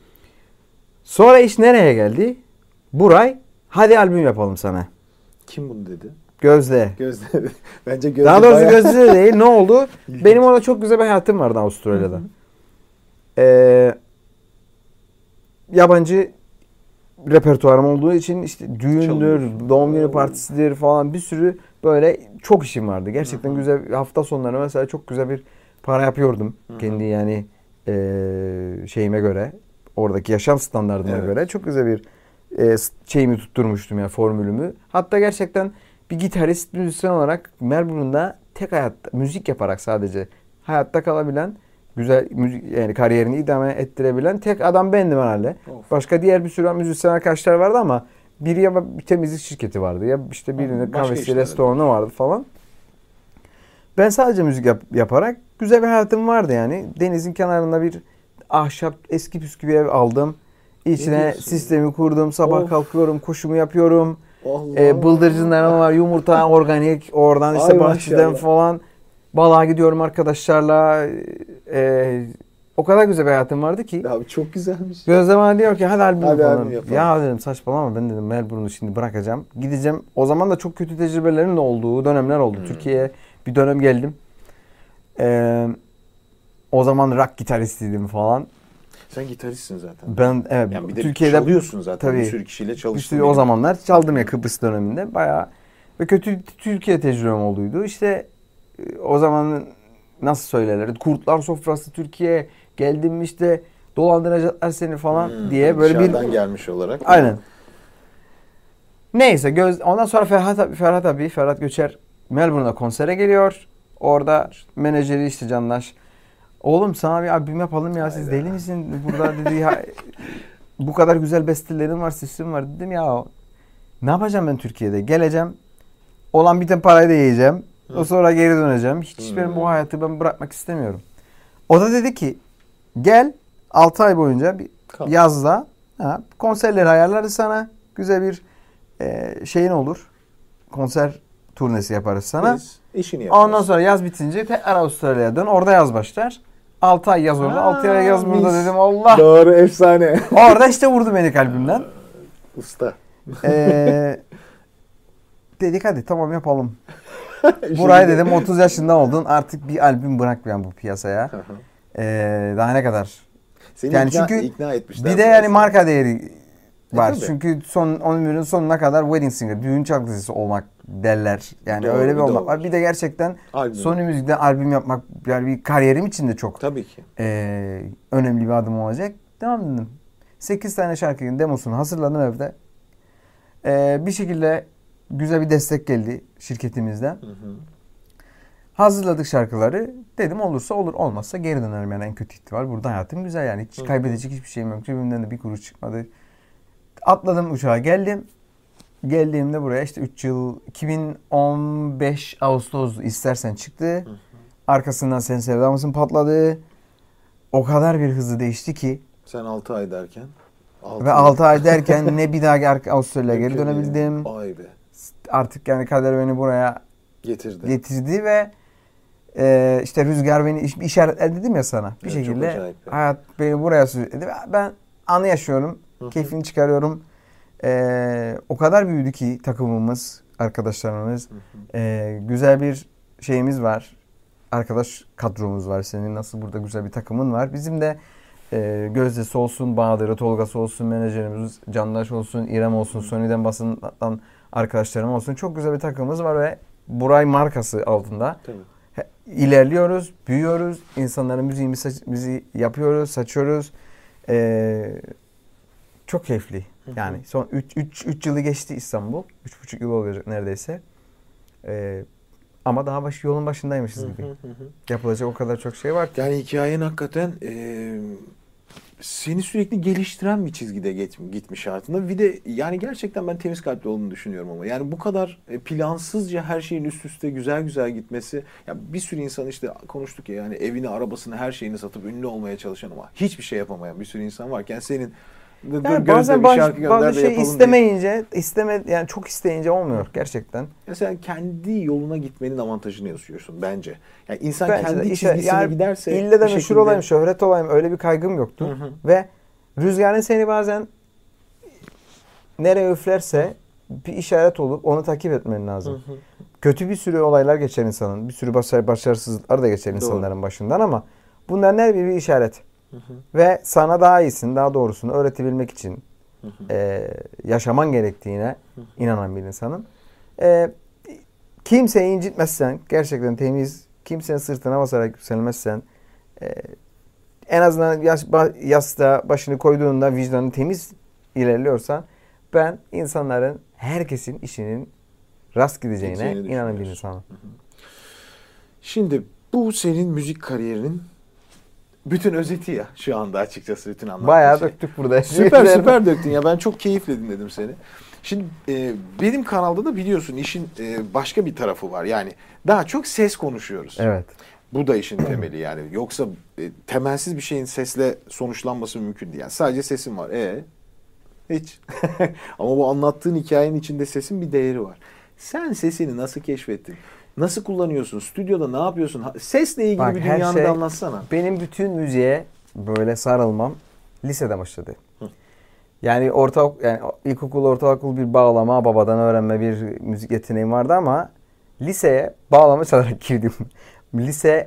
Sonra iş nereye geldi? Buray, hadi albüm yapalım sana. Kim bunu dedi? Gözde. Gözde. Bence Gözde. Daha doğrusu bayağı... Gözde değil. Ne oldu? Benim orada çok güzel bir hayatım vardı Avustralya'da. Ee, yabancı repertuarım olduğu için işte düğündür, doğum günü partisidir falan bir sürü böyle çok işim vardı. Gerçekten Hı-hı. güzel hafta sonları mesela çok güzel bir para yapıyordum. Hı-hı. Kendi yani e, şeyime göre, oradaki yaşam standartıma evet. göre çok güzel bir e, şeyimi tutturmuştum ya formülümü. Hatta gerçekten bir gitarist, müzisyen olarak Melbourne'da tek hayatta müzik yaparak sadece hayatta kalabilen güzel müzik yani kariyerini idame ettirebilen tek adam bendim herhalde. Of. Başka diğer bir sürü müzisyen arkadaşlar vardı ama biri ya bir temizlik şirketi vardı ya işte birinin kahvesi, restoranı vardı falan. Ben sadece müzik yap, yaparak güzel bir hayatım vardı yani. Denizin kenarında bir ahşap eski püskü bir ev aldım. İçine sistemi kurdum. Sabah of. kalkıyorum, koşumu yapıyorum. E, bıldırcınlarım var, yumurta organik oradan işte bahçeden falan. Balığa gidiyorum arkadaşlarla. Ee, o kadar güzel bir hayatım vardı ki. Abi çok güzelmiş. Gözde bana diyor ki hadi albüm hadi yapalım. Albüm yapalım. Ya dedim saçmalama ben dedim Melbourne'u şimdi bırakacağım. Gideceğim. O zaman da çok kötü tecrübelerin de olduğu dönemler oldu. Hmm. Türkiye'ye bir dönem geldim. Ee, o zaman rock gitaristiydim falan. Sen gitaristsin zaten. Ben evet. Yani bir de Türkiye'de çalıyorsun zaten. Tabii, bir sürü kişiyle çalıştın. O zamanlar çaldım ya Kıbrıs döneminde. Bayağı ve kötü Türkiye tecrübem olduydu. İşte o zaman nasıl söylerler? Kurtlar sofrası Türkiye geldim işte dolandıracaklar seni falan hmm, diye böyle bir dışarıdan gelmiş olarak. Aynen. Neyse göz ondan sonra Ferhat abi Ferhat abi Ferhat Göçer Melbourne'da konsere geliyor. Orada menajeri işte Candaş. Oğlum sana bir albüm yapalım ya siz deli misin? Burada dedi ya bu kadar güzel bestelerim var, sesim var dedim ya. Ne yapacağım ben Türkiye'de? Geleceğim. Olan biten parayı da yiyeceğim. O sonra geri döneceğim. Hiç hmm. benim bu hayatı ben bırakmak istemiyorum. O da dedi ki gel altı ay boyunca bir yazda ha, konserleri ayarlarız sana. Güzel bir e, şeyin olur. Konser turnesi yaparız sana. Biz işini yaparız. Ondan sonra yaz bitince tekrar Avustralya'ya dön. Orada yaz başlar. altı ay yaz orada. altı ay yaz burada dedim Allah. Doğru efsane. Orada işte vurdu beni kalbimden. Usta. Ee, dedik hadi tamam yapalım. Buray dedim otuz yaşında oldun artık bir albüm bırak ben bu piyasaya. ee, daha ne kadar? Seni yani ikna, çünkü ikna etmişler. Bir de yani marka değeri var. E, çünkü son ömrünün sonuna kadar wedding singer, düğün şarkıcısı olmak derler. Yani doğru, öyle bir olmak doğru. var. Bir de gerçekten albüm. Sony Müzik'ten albüm yapmak yani bir kariyerim için de çok tabii ki. E, önemli bir adım olacak. Devam dedim. sekiz tane şarkının demosunu hazırladım evde. E, bir şekilde güzel bir destek geldi şirketimizden. Hı hı. Hazırladık şarkıları. Dedim olursa olur, olmazsa geri dönerim yani en kötü ihtimal. Burada hayatım güzel yani. Hiç kaybedecek hiçbir şeyim yok. Cebimden de bir kuruş çıkmadı. Atladım uçağa geldim. Geldiğimde buraya işte üç yıl iki bin on beş Ağustos istersen çıktı. Hı hı. Arkasından Sen Sevda Mısın patladı. O kadar bir hızlı değişti ki. Sen altı ay derken. altı ve altı ay derken ne bir daha Avustralya'ya geri dönebildim. Ay be. Artık yani kader beni buraya getirdi. Getirdi ve e, işte rüzgar beni iş, işaretler dedim ya sana. Bir evet, şekilde hayat beni buraya sürükledi. Ben anı yaşıyorum. Hı-hı. Keyfini çıkarıyorum. E, o kadar büyüdü ki takımımız, arkadaşlarımız. E, güzel bir şeyimiz var. Arkadaş kadromuz var. Senin nasıl burada güzel bir takımın var. Bizim de e, Gözdesi olsun, Bahadır'ı, Tolga'sı olsun, menajerimiz Candaş olsun, İrem olsun, Sony'den basından arkadaşlarım olsun. Çok güzel bir takımımız var ve Buray markası altında. Tabii. İlerliyoruz, büyüyoruz. İnsanların müziğimizi, müziği yapıyoruz, saçıyoruz. Ee, çok keyifli. Yani son üç yılı geçti İstanbul. üç buçuk yıl olacak neredeyse. Ee, ama daha baş, yolun başındaymışız gibi. Hı hı hı. Yapılacak o kadar çok şey var ki. Yani hikayen hakikaten e, seni sürekli geliştiren bir çizgide gitmiş hayatında. Bir de yani gerçekten ben temiz kalpli olduğunu düşünüyorum ama. Yani bu kadar plansızca her şeyin üst üste güzel güzel gitmesi. Ya bir sürü insan işte konuştuk ya yani evini, arabasını, her şeyini satıp ünlü olmaya çalışan ama hiçbir şey yapamayan bir sürü insan varken senin yani bazen baş, bazı şey istemeyince, isteme yani çok isteyince olmuyor gerçekten. Ya sen kendi yoluna gitmenin avantajını yaşıyorsun bence. Yani insan bence kendi de, çizgisine yani giderse ille de meşhur şekilde olayım, şöhret olayım öyle bir kaygım yoktu. Hı hı. Ve rüzgarın seni bazen nereye üflerse bir işaret olup onu takip etmen lazım. Hı hı. Kötü bir sürü olaylar geçer insanın. Bir sürü başarı, başarısızlıklar da geçer insanların Doğru. başından ama bunların her biri bir işaret. Hı hı. Ve sana daha iyisini, daha doğrusunu öğretebilmek için hı hı. E, yaşaman gerektiğine hı hı. inanan bir insanım. E, kimseyi incitmezsen, gerçekten temiz, kimsenin sırtına basarak yükselmezsen, e, en azından yas, yastığa başını koyduğunda vicdanı temiz ilerliyorsan, ben insanların, herkesin işinin rast gideceğine inanan bir insanım. Hı hı. Şimdi bu senin müzik kariyerinin bütün özeti ya şu anda açıkçası bütün anlattığın Bayağı şey. döktük burada. Süper süper döktün ya, ben çok keyifle dinledim seni. Şimdi e, benim kanalda da biliyorsun işin e, başka bir tarafı var. Yani daha çok ses konuşuyoruz. Evet. Bu da işin temeli yani. Yoksa e, temelsiz bir şeyin sesle sonuçlanması mümkün değil. Yani sadece sesin var. E hiç. Ama bu anlattığın hikayenin içinde sesin bir değeri var. Sen sesini nasıl keşfettin? Nasıl kullanıyorsun? Stüdyoda ne yapıyorsun? Sesle ilgili Bak, bir dünyanı şey, da anlatsana. Benim bütün müziğe böyle sarılmam lisede başladı. Hı. Yani orta yani ilkokul, ortaokul bir bağlama, babadan öğrenme bir müzik yeteneğim vardı ama liseye bağlama çalarak girdim. Lise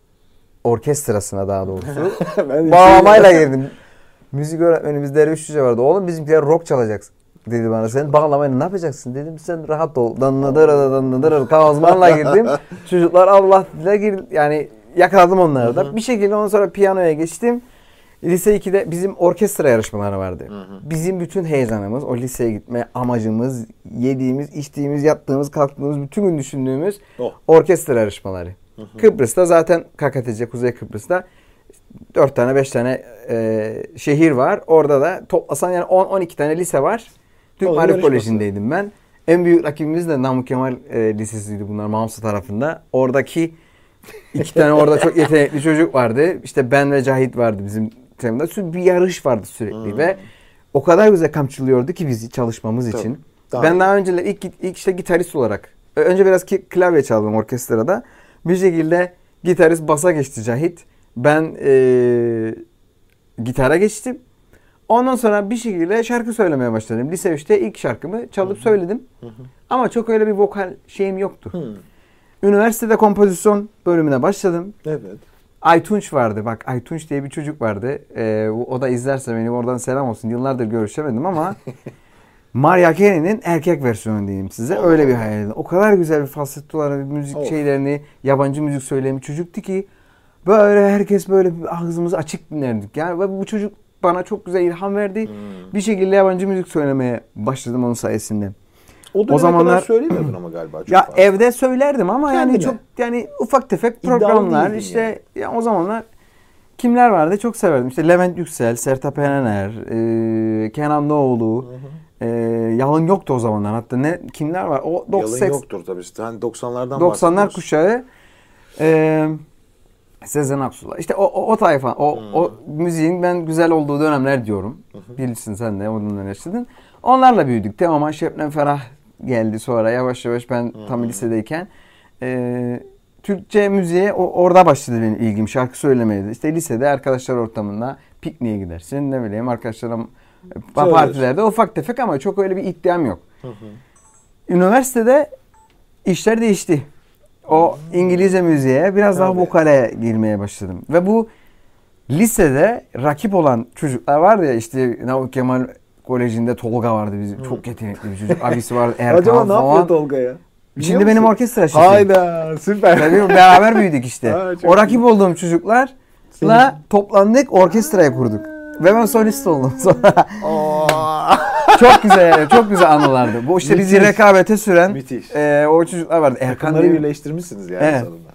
orkestrasına daha doğrusu. Bağlamayla girdim. Müzik öğretmenimiz Derviş Hoca vardı. Oğlum bizimkiler rock çalacaksın dedi bana. Sen bağlamayla ne yapacaksın dedim. Sen rahat ol. Danladır danladır kavazmanla girdim. Çocuklar Allah ile girdi. Yani yakaladım onları da. Hı hı. Bir şekilde ondan sonra piyanoya geçtim. Lise ikide bizim orkestra yarışmaları vardı. Hı hı. Bizim bütün heyecanımız, o liseye gitme amacımız, yediğimiz, içtiğimiz, yattığımız, kalktığımız, bütün gün düşündüğümüz oh. orkestra yarışmaları. Hı hı. Kıbrıs'ta zaten K K T C, Kuzey Kıbrıs'ta dört tane beş tane e, şehir var. Orada da toplasan yani on on iki tane lise var. Türk Marif Koleji'ndeydim ben. En büyük rakibimiz de Namık Kemal e, Lisesi'ydi bunlar Mamsa tarafında. Oradaki iki tane orada çok yetenekli çocuk vardı. İşte ben ve Cahit vardı bizim temelde. Bir yarış vardı sürekli hmm. ve o kadar güzel kamçılıyordu ki bizi çalışmamız Tabii. için. Daha ben iyi. daha önce ilk, ilk işte gitarist olarak önce biraz klavye çaldım orkestrada. Bir şekilde gitarist basa geçti Cahit. Ben e, gitara geçtim. Ondan sonra bir şekilde şarkı söylemeye başladım. Lise üçte ilk şarkımı çalıp Hı-hı. söyledim. Hı-hı. Ama çok öyle bir vokal şeyim yoktu. Hı. Üniversitede kompozisyon bölümüne başladım. Evet. Aytunç vardı. Bak Aytunç diye bir çocuk vardı. Ee, o da izlerse beni oradan selam olsun. Yıllardır görüşemedim ama Mariah Carey'nin erkek versiyonu diyeyim size. Öyle bir hayal. O kadar güzel bir falsetto olan bir müzik Of. şeylerini, yabancı müzik söyleyen bir çocuktu ki böyle herkes böyle ağzımızı açık dinlerdik. Yani ve bu çocuk bana çok güzel ilham verdi. Hmm. Bir şekilde yabancı müzik söylemeye başladım onun sayesinde. O, o zamanlar kadar söyleyemiyordun ama galiba. Çok ya fazla. Evde söylerdim ama Kendine. yani çok yani ufak tefek İddialı programlar değildin işte yani. ya o zamanlar kimler vardı çok severdim. İşte Levent Yüksel, Sertab Erener, e, Kenan Doğulu. E, Yalın yoktu o zamanlar. Hatta ne kimler var? O Yalın yoktur tabii. Hani doksanlardan doksanlar kuşağı. E, Sezen Aksu. İşte o, o, o tayfa, o, hmm. o müziğin ben güzel olduğu dönemler diyorum. Hmm. Bilirsin sen de o dönemler yaşadın. Onlarla büyüdük. Ama Şebnem Ferah geldi sonra yavaş yavaş ben hmm. tam lisedeyken. E, Türkçe müziğe o, orada başladı benim ilgim. Şarkı söylemeydi. İşte lisede arkadaşlar ortamında pikniğe gidersin. Ne bileyim arkadaşlarım partilerde ufak tefek ama çok öyle bir iddiam yok. Hı hı. Üniversitede işler değişti. O İngilizce müziğe biraz Tabii. daha vokale girmeye başladım. Ve bu lisede rakip olan çocuklar vardı ya işte Navuk Kemal Koleji'nde Tolga vardı bizim. Hı. Çok yetenekli bir çocuk. Abisi vardı Erkan Acaba falan. Acaba ne yapıyor Tolga ya? Şimdi benim orkestra şefim. Hayda süper. Tabii beraber büyüdük işte. Ha, o rakip iyi. olduğum çocuklarla toplandık orkestrayı kurduk. Ve ben solist oldum sonra. Çok güzel, çok güzel anılardı. Bu işte bizi rekabete süren e, o çocuklar vardı. Erkan Bunları birleştirmişsiniz yani evet. sonunda.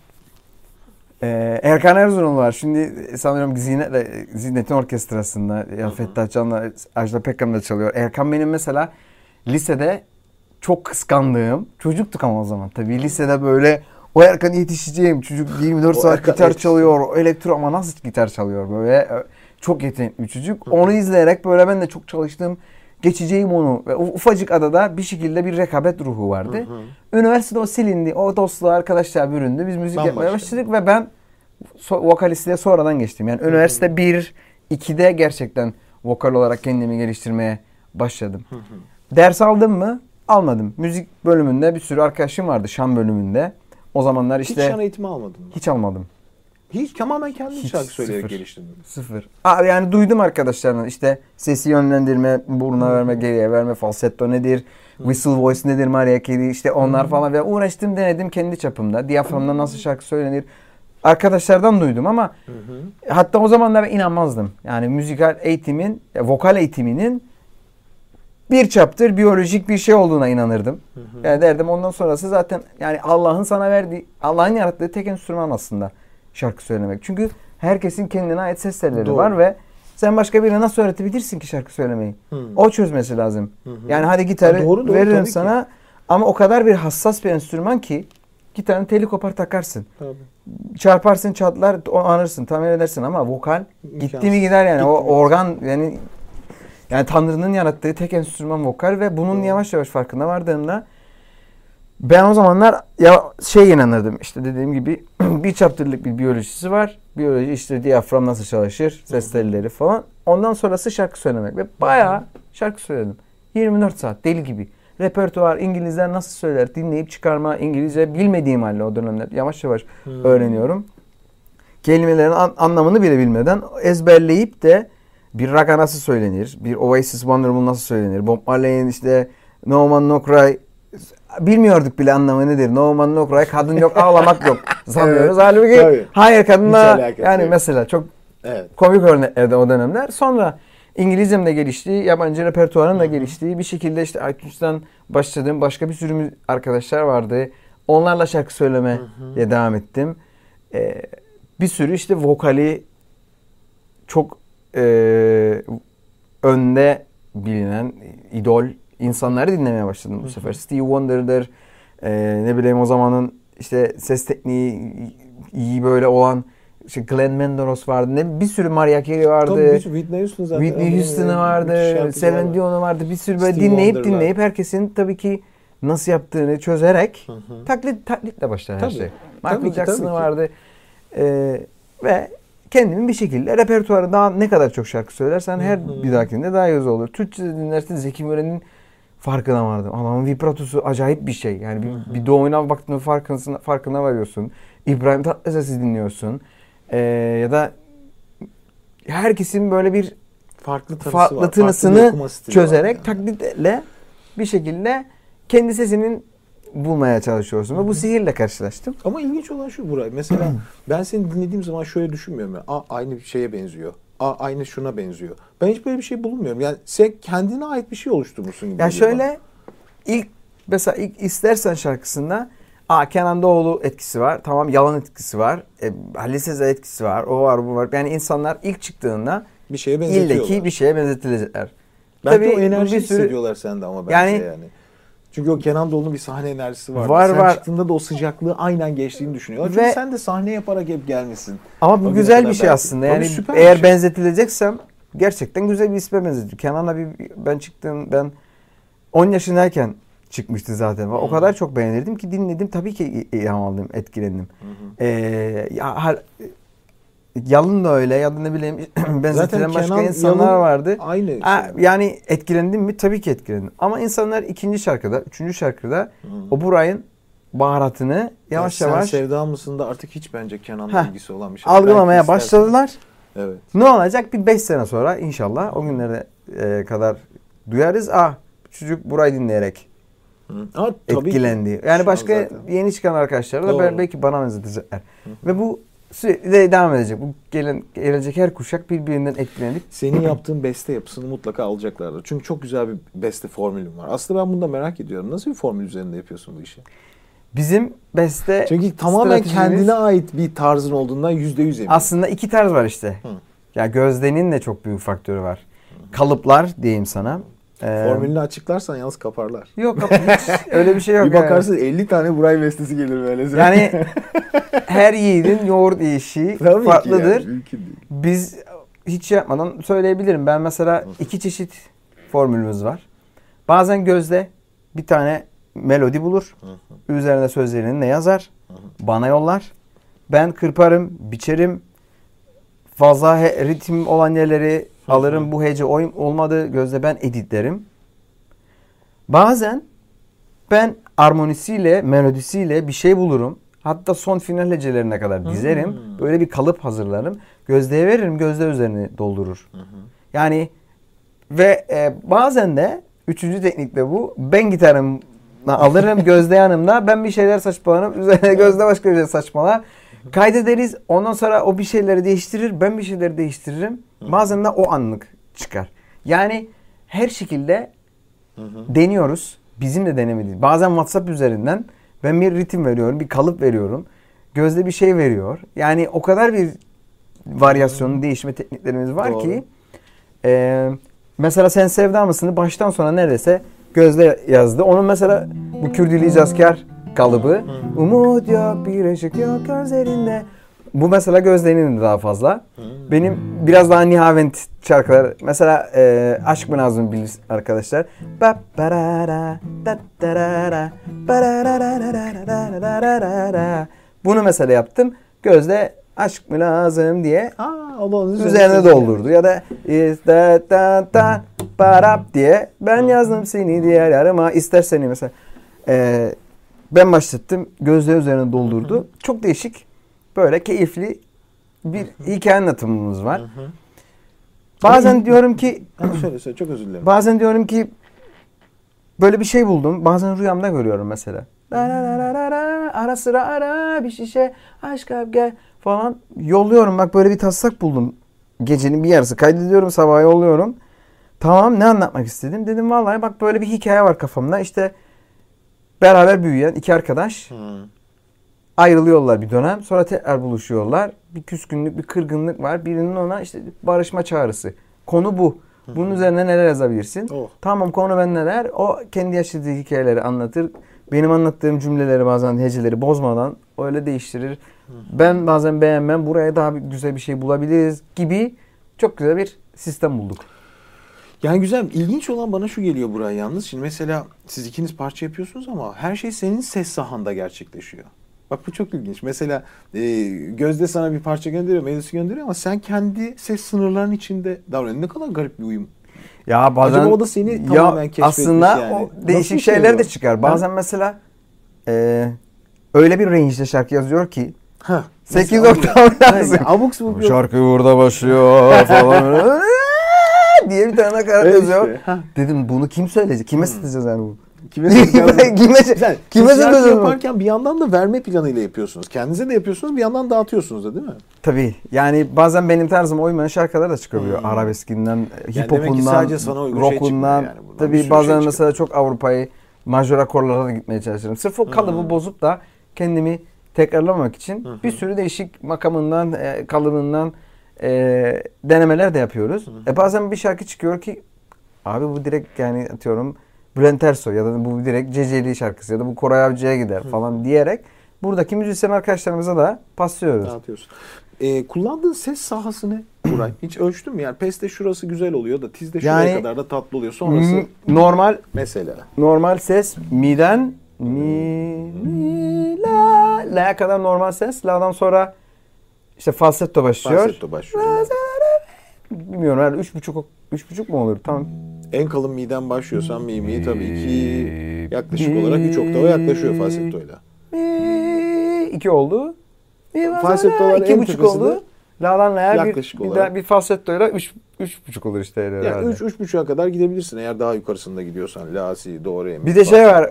E, Erkan Erzurumlu var. Şimdi sanıyorum Zinet'le, Zinet'in orkestrasında. Ya Fettah Can'la, Ajda Pekkan'la çalıyor. Erkan benim mesela lisede çok kıskandığım çocuktuk ama o zaman. Tabii lisede böyle o Erkan'a yetişeceğim. Çocuk yirmi dört saat gitar yetişti. çalıyor. Elektro ama nasıl gitar çalıyor böyle. Çok yetenekli bir çocuk. Hı hı. Onu izleyerek böyle ben de çok çalıştım. Geçeceğim onu. Ve ufacık adada bir şekilde bir rekabet ruhu vardı. Hı hı. Üniversitede o silindi. O dostluğa arkadaşlar büründü. Biz müzik ben yapmaya başladık ve ben so- vokalistliğe sonradan geçtim. Yani hı hı. üniversite bir, ikide gerçekten vokal olarak kendimi geliştirmeye başladım. Hı hı. Ders aldım mı? Almadım. Müzik bölümünde bir sürü arkadaşım vardı şan bölümünde. O zamanlar işte... Hiç şan eğitimi almadın mı? Hiç almadım. Hiç tamamen kendin Hiç, şarkı söyleyerek sıfır, geliştirdin. Sıfır. Aa, yani duydum arkadaşlarından işte sesi yönlendirme, buruna hmm. verme, geriye verme, falsetto nedir, hmm. whistle voice nedir, Mariah Carey işte onlar hmm. falan ve uğraştım denedim kendi çapımda. Diyaframda nasıl şarkı söylenir arkadaşlardan duydum ama hmm. hatta o zamanlar ben inanmazdım. Yani müzikal eğitimin, vokal eğitiminin bir çaptır biyolojik bir şey olduğuna inanırdım. Hı hı. Yani derdim ondan sonrası zaten yani Allah'ın sana verdiği, Allah'ın yarattığı tek enstrüman aslında şarkı söylemek. Çünkü herkesin kendine ait ses telleri Doğru. var ve sen başka birine nasıl öğretebilirsin ki şarkı söylemeyi? Hı. O çözmesi lazım. Hı hı. Yani hadi gitarı ha, doğru, doğru, veririm sana ki. Ama o kadar bir hassas bir enstrüman ki gitarın teli kopar takarsın. Tabii. Çarparsın çatlar anırsın tamir edersin ama vokal İmkansız. gitti mi gider yani. Gitti o mi? organ yani yani Tanrı'nın yarattığı tek enstrüman vokal ve bunun hmm. yavaş yavaş farkına vardığımda ben o zamanlar ya şey inanırdım işte dediğim gibi bir çaptırlık bir biyolojisi var. Biyoloji işte diyafram nasıl çalışır, ses telleri falan. Ondan sonrası şarkı söylemek ve bayağı şarkı söyledim. yirmi dört saat deli gibi. Repertuar, İngilizler nasıl söyler dinleyip çıkarma, İngilizce bilmediğim halde o dönemler yavaş yavaş hmm. öğreniyorum. Kelimelerin an- anlamını bile bilmeden ezberleyip de bir raga nasıl söylenir? Bir Oasis Wonderwall nasıl söylenir? Bob Marley'in işte No Man No Cry bilmiyorduk bile anlamı nedir? No Man No Cry kadın yok ağlamak yok sanıyoruz. Evet, halbuki tabii. hayır kadınla yani yok. Mesela çok evet. komik örneklerde o dönemler. Sonra İngilizcem de gelişti, yabancı repertuarım da gelişti. Bir şekilde işte iTunes'tan başladığım başka bir sürü arkadaşlar vardı. Onlarla şarkı söylemeye devam ettim. Ee, bir sürü işte vokali çok Ee, önde bilinen idol insanları dinlemeye başladım bu sefer. Stevie Wonder'dır. Ee, ne bileyim o zamanın işte ses tekniği iyi böyle olan işte Glenn Menderes vardı. Ne bir sürü Mariah Carey vardı. Tabii, Whitney Houston zaten. Whitney Houston vardı. Celine Dion vardı. Bir sürü böyle Steve dinleyip Wonder'lar. dinleyip herkesin tabii ki nasıl yaptığını çözerek hı hı. taklit taklitle başlar her şey. Michael Jackson vardı. Ee, ve kendimin bir şekilde repertuarı daha ne kadar çok şarkı söylersen her bir dahakinde daha güzel olur. Türkçe dinlersin Zeki Müren'in farkına vardım. Adamın vibratosu acayip bir şey. Yani bir, bir doğuyuna baktığında farkına, farkına varıyorsun. İbrahim Tatlıses'i dinliyorsun. Ee, ya da herkesin böyle bir farklı tanısı farklı var. tınısını Farklı çözerek yani. taklitle bir şekilde kendi sesinin bulmaya çalışıyorsun. Ve bu sihirle karşılaştım. Ama ilginç olan şu Buray. Mesela ben seni dinlediğim zaman şöyle düşünmüyorum. Ya, A aynı bir şeye benziyor. A aynı şuna benziyor. Ben hiç böyle bir şey bulmuyorum. Yani sen kendine ait bir şey oluşturmuşsun gibi. Ya geliyor şöyle bana. ilk mesela ilk istersen şarkısında Aa, Kenan Doğulu etkisi var. Tamam, Yalan etkisi var. E, Halil Sezai etkisi var. O var, bu var. Yani insanlar ilk çıktığında bir şeye benzetiyorlar. illeki bir şeye benzetilecekler. Belki Tabii o enerjiyi bir sürü- hissediyorlar sende ama bence Yani- yani. Çünkü o Kenan Doğulu'nun bir sahne enerjisi var. Var, Sen var. çıktığında da o sıcaklığı aynen geçtiğini düşünüyorlar. Ve- Çünkü sen de sahne yaparak hep gelmişsin. Ama O bu güne güzel kadar bir şey belki. aslında. Tabii Yani süper bir eğer şey. benzetileceksem gerçekten güzel bir isme benzetiyor. Kenan'la bir ben çıktım, ben on yaşındayken çıkmıştı zaten. O kadar çok beğenirdim ki dinledim. Tabii ki ilham aldım, etkilendim. Ee, ya, har- Yalın da öyle ya da ne bileyim benzetilen başka Kenan, insanlar Yalın vardı. aynı şey. Ha, yani etkilendim mi? Tabii ki etkilendim. Ama insanlar ikinci şarkıda, üçüncü şarkıda o Buray'ın baharatını yavaş Ya yavaş Sen Sevda mısın da artık hiç bence Kenan'la Heh, ilgisi olan bir şey. algılamaya Belki istersen. başladılar. Evet. Ne olacak? Bir beş sene sonra inşallah o günlere e, kadar duyarız. Ah, çocuk burayı dinleyerek Hı. Aa, tabii etkilendi. ki. Yani Şu an başka zaten. yeni çıkan arkadaşlar da Doğru. bel- belki bana benzetecekler. Ve bu sürekli de devam edecek. Bu gelen, gelecek her kuşak birbirinden etkilenip Senin yaptığın beste yapısını mutlaka alacaklardır. Çünkü çok güzel bir beste formülün var. Aslında ben bunu da merak ediyorum. Nasıl bir formül üzerinde yapıyorsun bu işi? bizim beste Çünkü tamamen stratejimiz- kendine ait bir tarzın olduğundan yüzde yüz eminim. aslında iki tarz var işte. Hı. Ya Gözde'nin de çok büyük faktörü var. Kalıplar diyeyim sana. Ee, Formülünü açıklarsan yalnız kaparlar. Yok, hiç öyle bir şey yok. Bir yani. bakarsın elli tane Buray bestesi gelir böyle. Yani her yiğidin yoğurt yiyişi Tabii ki farklıdır. yani, mümkün değil. Biz hiç şey yapmadan söyleyebilirim. Ben mesela iki çeşit formülümüz var. Bazen Gözde bir tane melodi bulur. Üzerine sözlerini ne yazar? Bana yollar. Ben kırparım, biçerim. Fazla he- ritim olan yerleri alırım. Bu hece oy olmadı. Gözde ben editlerim. Bazen ben armonisiyle, melodisiyle bir şey bulurum. Hatta son final hecelerine kadar dizerim. Hmm. Böyle bir kalıp hazırlarım. Gözde'ye veririm. Gözde üzerine doldurur. Yani ve e, bazen de üçüncü teknik de bu. Ben gitarımı alırım Gözde yanımda. Ben bir şeyler saçmalarım. Üzerine Gözde başka bir şey saçmalar. Kaydederiz. Ondan sonra o bir şeyleri değiştirir. Ben bir şeyleri değiştiririm. Bazen de o anlık çıkar. Yani her şekilde deniyoruz. Bizim de denemediğimiz. Bazen WhatsApp üzerinden ben bir ritim veriyorum. Bir kalıp veriyorum. Gözde bir şey veriyor. Yani o kadar bir varyasyonun değişme tekniklerimiz var Doğru. ki e, mesela Sen Sevda mısın'ı baştan sona neredeyse Gözde yazdı. Onun mesela bu Kürdili İcazkar kalıbı. Umut yok, bir ışık yok gözlerinde. Bu mesela Gözde'nin de daha fazla. Benim biraz daha Nihavent şarkılar. Mesela e, Aşk mı Nazım bilir arkadaşlar. Ba barara, da darara, barararararararararara. Bunu mesela yaptım. Gözde Aşk mı lazım diye Aa, Allah onun üzerine doldurdu. Ya da da da da barap diye ben yazdım seni diğer yarıma ister seni mesela. Ee, ben başlattım. Gözde üzerine doldurdu. Çok değişik. Böyle keyifli bir hikaye anlatımımız var. Bazen diyorum ki Ama şöyle söyle, çok özür dilerim. bazen diyorum ki böyle bir şey buldum. Bazen rüyamda görüyorum mesela. Ara sıra ara bir şişe aşk abi gel falan yolluyorum. Bak böyle bir taslak buldum. Gecenin bir yarısı kaydediyorum, sabah yolluyorum. Tamam, ne anlatmak istedim? Dedim vallahi bak böyle bir hikaye var kafamda. İşte beraber büyüyen iki arkadaş Hı. ayrılıyorlar bir dönem. Sonra tekrar buluşuyorlar. Bir küskünlük, bir kırgınlık var. Birinin ona işte barışma çağrısı. Konu bu. Bunun üzerine neler yazabilirsin? Oh. Tamam, konu ben neler? O kendi yaşadığı hikayeleri anlatır. Benim anlattığım cümleleri bazen heceleri bozmadan öyle değiştirir. Ben bazen beğenmem. Buraya daha bir güzel bir şey bulabiliriz gibi çok güzel bir sistem bulduk. Yani güzel. İlginç olan bana şu geliyor buraya yalnız. Şimdi mesela siz ikiniz parça yapıyorsunuz ama her şey senin ses sahanda gerçekleşiyor. Bak bu çok ilginç. Mesela e, Gözde sana bir parça gönderiyor, melodisi gönderiyor ama sen kendi ses sınırlarının içinde davranıyorsun. Ne kadar garip bir uyum. Ya bazen Acaba o da seni tamamen keşfetmiş aslında yani. o değişik Nasıl şey şeyler bu? de çıkar. Bazen Ha? mesela e, öyle bir range'de şarkı yazıyor ki Ha. sekiz Mesela oktav lazım. Yani abuk sabuk Bu yok. şarkı burada başlıyor falan böyle diye bir tane nakarat Evet yazıyor. işte, ha. Dedim bunu kim söyleyecek? Kime satacağız yani bu? Kime kime satacağız? kime, Güzel. kime Siz şarkı satacağız bunu? yaparken bir yandan da verme planıyla yapıyorsunuz. Kendinize de yapıyorsunuz, bir yandan dağıtıyorsunuz da değil mi? Tabii. Yani bazen benim tarzıma uymayan şarkılar da çıkabiliyor. Hmm. Arabeskinden, hip demek ki hopundan, sadece sana uygun şey çıkmıyor rockundan. yani buradan. Bir Tabii sürü bazen şey mesela çok Avrupa'yı majör akorlara da gitmeye çalışırım. Sırf o kalıbı Hmm. bozup da kendimi tekrarlamak için Hı hı. bir sürü değişik makamından, e, kalıbından e, denemeler de yapıyoruz. Hı hı. E bazen bir şarkı çıkıyor ki abi bu direkt yani atıyorum Bülent Ersoy ya da bu direkt Ceceli şarkısı ya da bu Koray Avcı'ya gider falan diyerek buradaki müzisyen arkadaşlarımıza da paslıyoruz. Dağıtıyorsun. Ee, kullandığın ses sahası ne Buray? Hiç ölçtün mü? Yani Peste şurası güzel oluyor da Tiz'de şuraya Yani- kadar da tatlı oluyor. Sonrası M- normal mesela. normal ses mi'den mi mi la la'ya kadar normal ses. La'dan sonra işte falsetto başlıyor. Falsetto başlıyor. Bilmiyorum herhalde üç buçuk üç buçuk mu olur? Tamam. En kalın mi'den başlıyorsan mi mi tabii ki yaklaşık olarak üç oktava yaklaşıyor falsettoyla. Mi iki oldu. Mi Falsettolar iki en buçuk tepesinde oldu. La'dan la'ya bir, yaklaşık bir, olarak. de- bir falsettoyla üç üç buçuk olur işte herhalde. Yani üç üç buçuğa kadar gidebilirsin eğer daha yukarısında gidiyorsan. La, si, do, re, mi. Bir de şey var.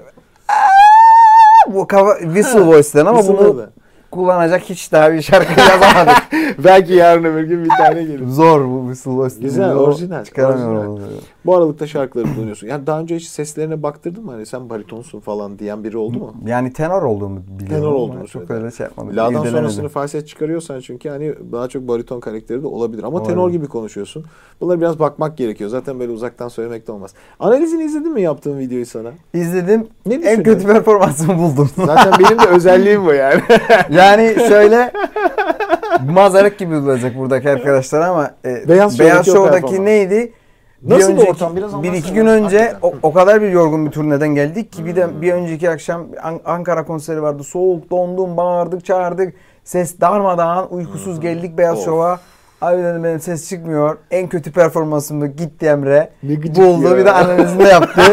Bu kafa whistle voice'den ama Whistle bunu da. kullanacak hiç daha bir şarkı yazamadık. Belki yarın öbür gün bir tane gelir. Zor bu whistle voice. Güzel, O orijinal, Çıkaramıyorum orijinal. onu. Bu aralıkta şarkıları kullanıyorsun. Yani daha önce hiç seslerine baktırdın mı? Hani sen baritonsun falan diyen biri oldu mu? Yani tenor olduğumu biliyorum. Tenor ama olduğunu çok söyledi. öyle şey yapmadım. La'dan İrdelemedim. sonrasını falset çıkarıyorsan çünkü hani daha çok bariton karakteri de olabilir. Ama Olabilir. tenor gibi konuşuyorsun. Bunları biraz bakmak gerekiyor. Zaten böyle uzaktan söylemek de olmaz. Analizini izledin mi yaptığım videoyu sana? İzledim. Ne En düşünüyorsun? kötü performansımı buldum. Zaten benim de özelliğim bu yani. Yani şöyle mazarık gibi olacak buradaki arkadaşlar ama e, Beyaz Show'daki o Show'daki performans. neydi? Nasıl bir önceki- ortam? Biraz Bir anlatsana. iki gün önce Hakikaten. o, o kadar bir yorgun bir turneden geldik ki bir de bir önceki akşam An- Ankara konseri vardı. Soğuk, dondum, bağırdık, çağırdık. Ses darmadağın, uykusuz geldik Beyaz Of. Show'a. Abi dedim benim ses çıkmıyor. En kötü performansımda gitti Emre. Ne gıcık Buldu ya. bir de analizini yaptı.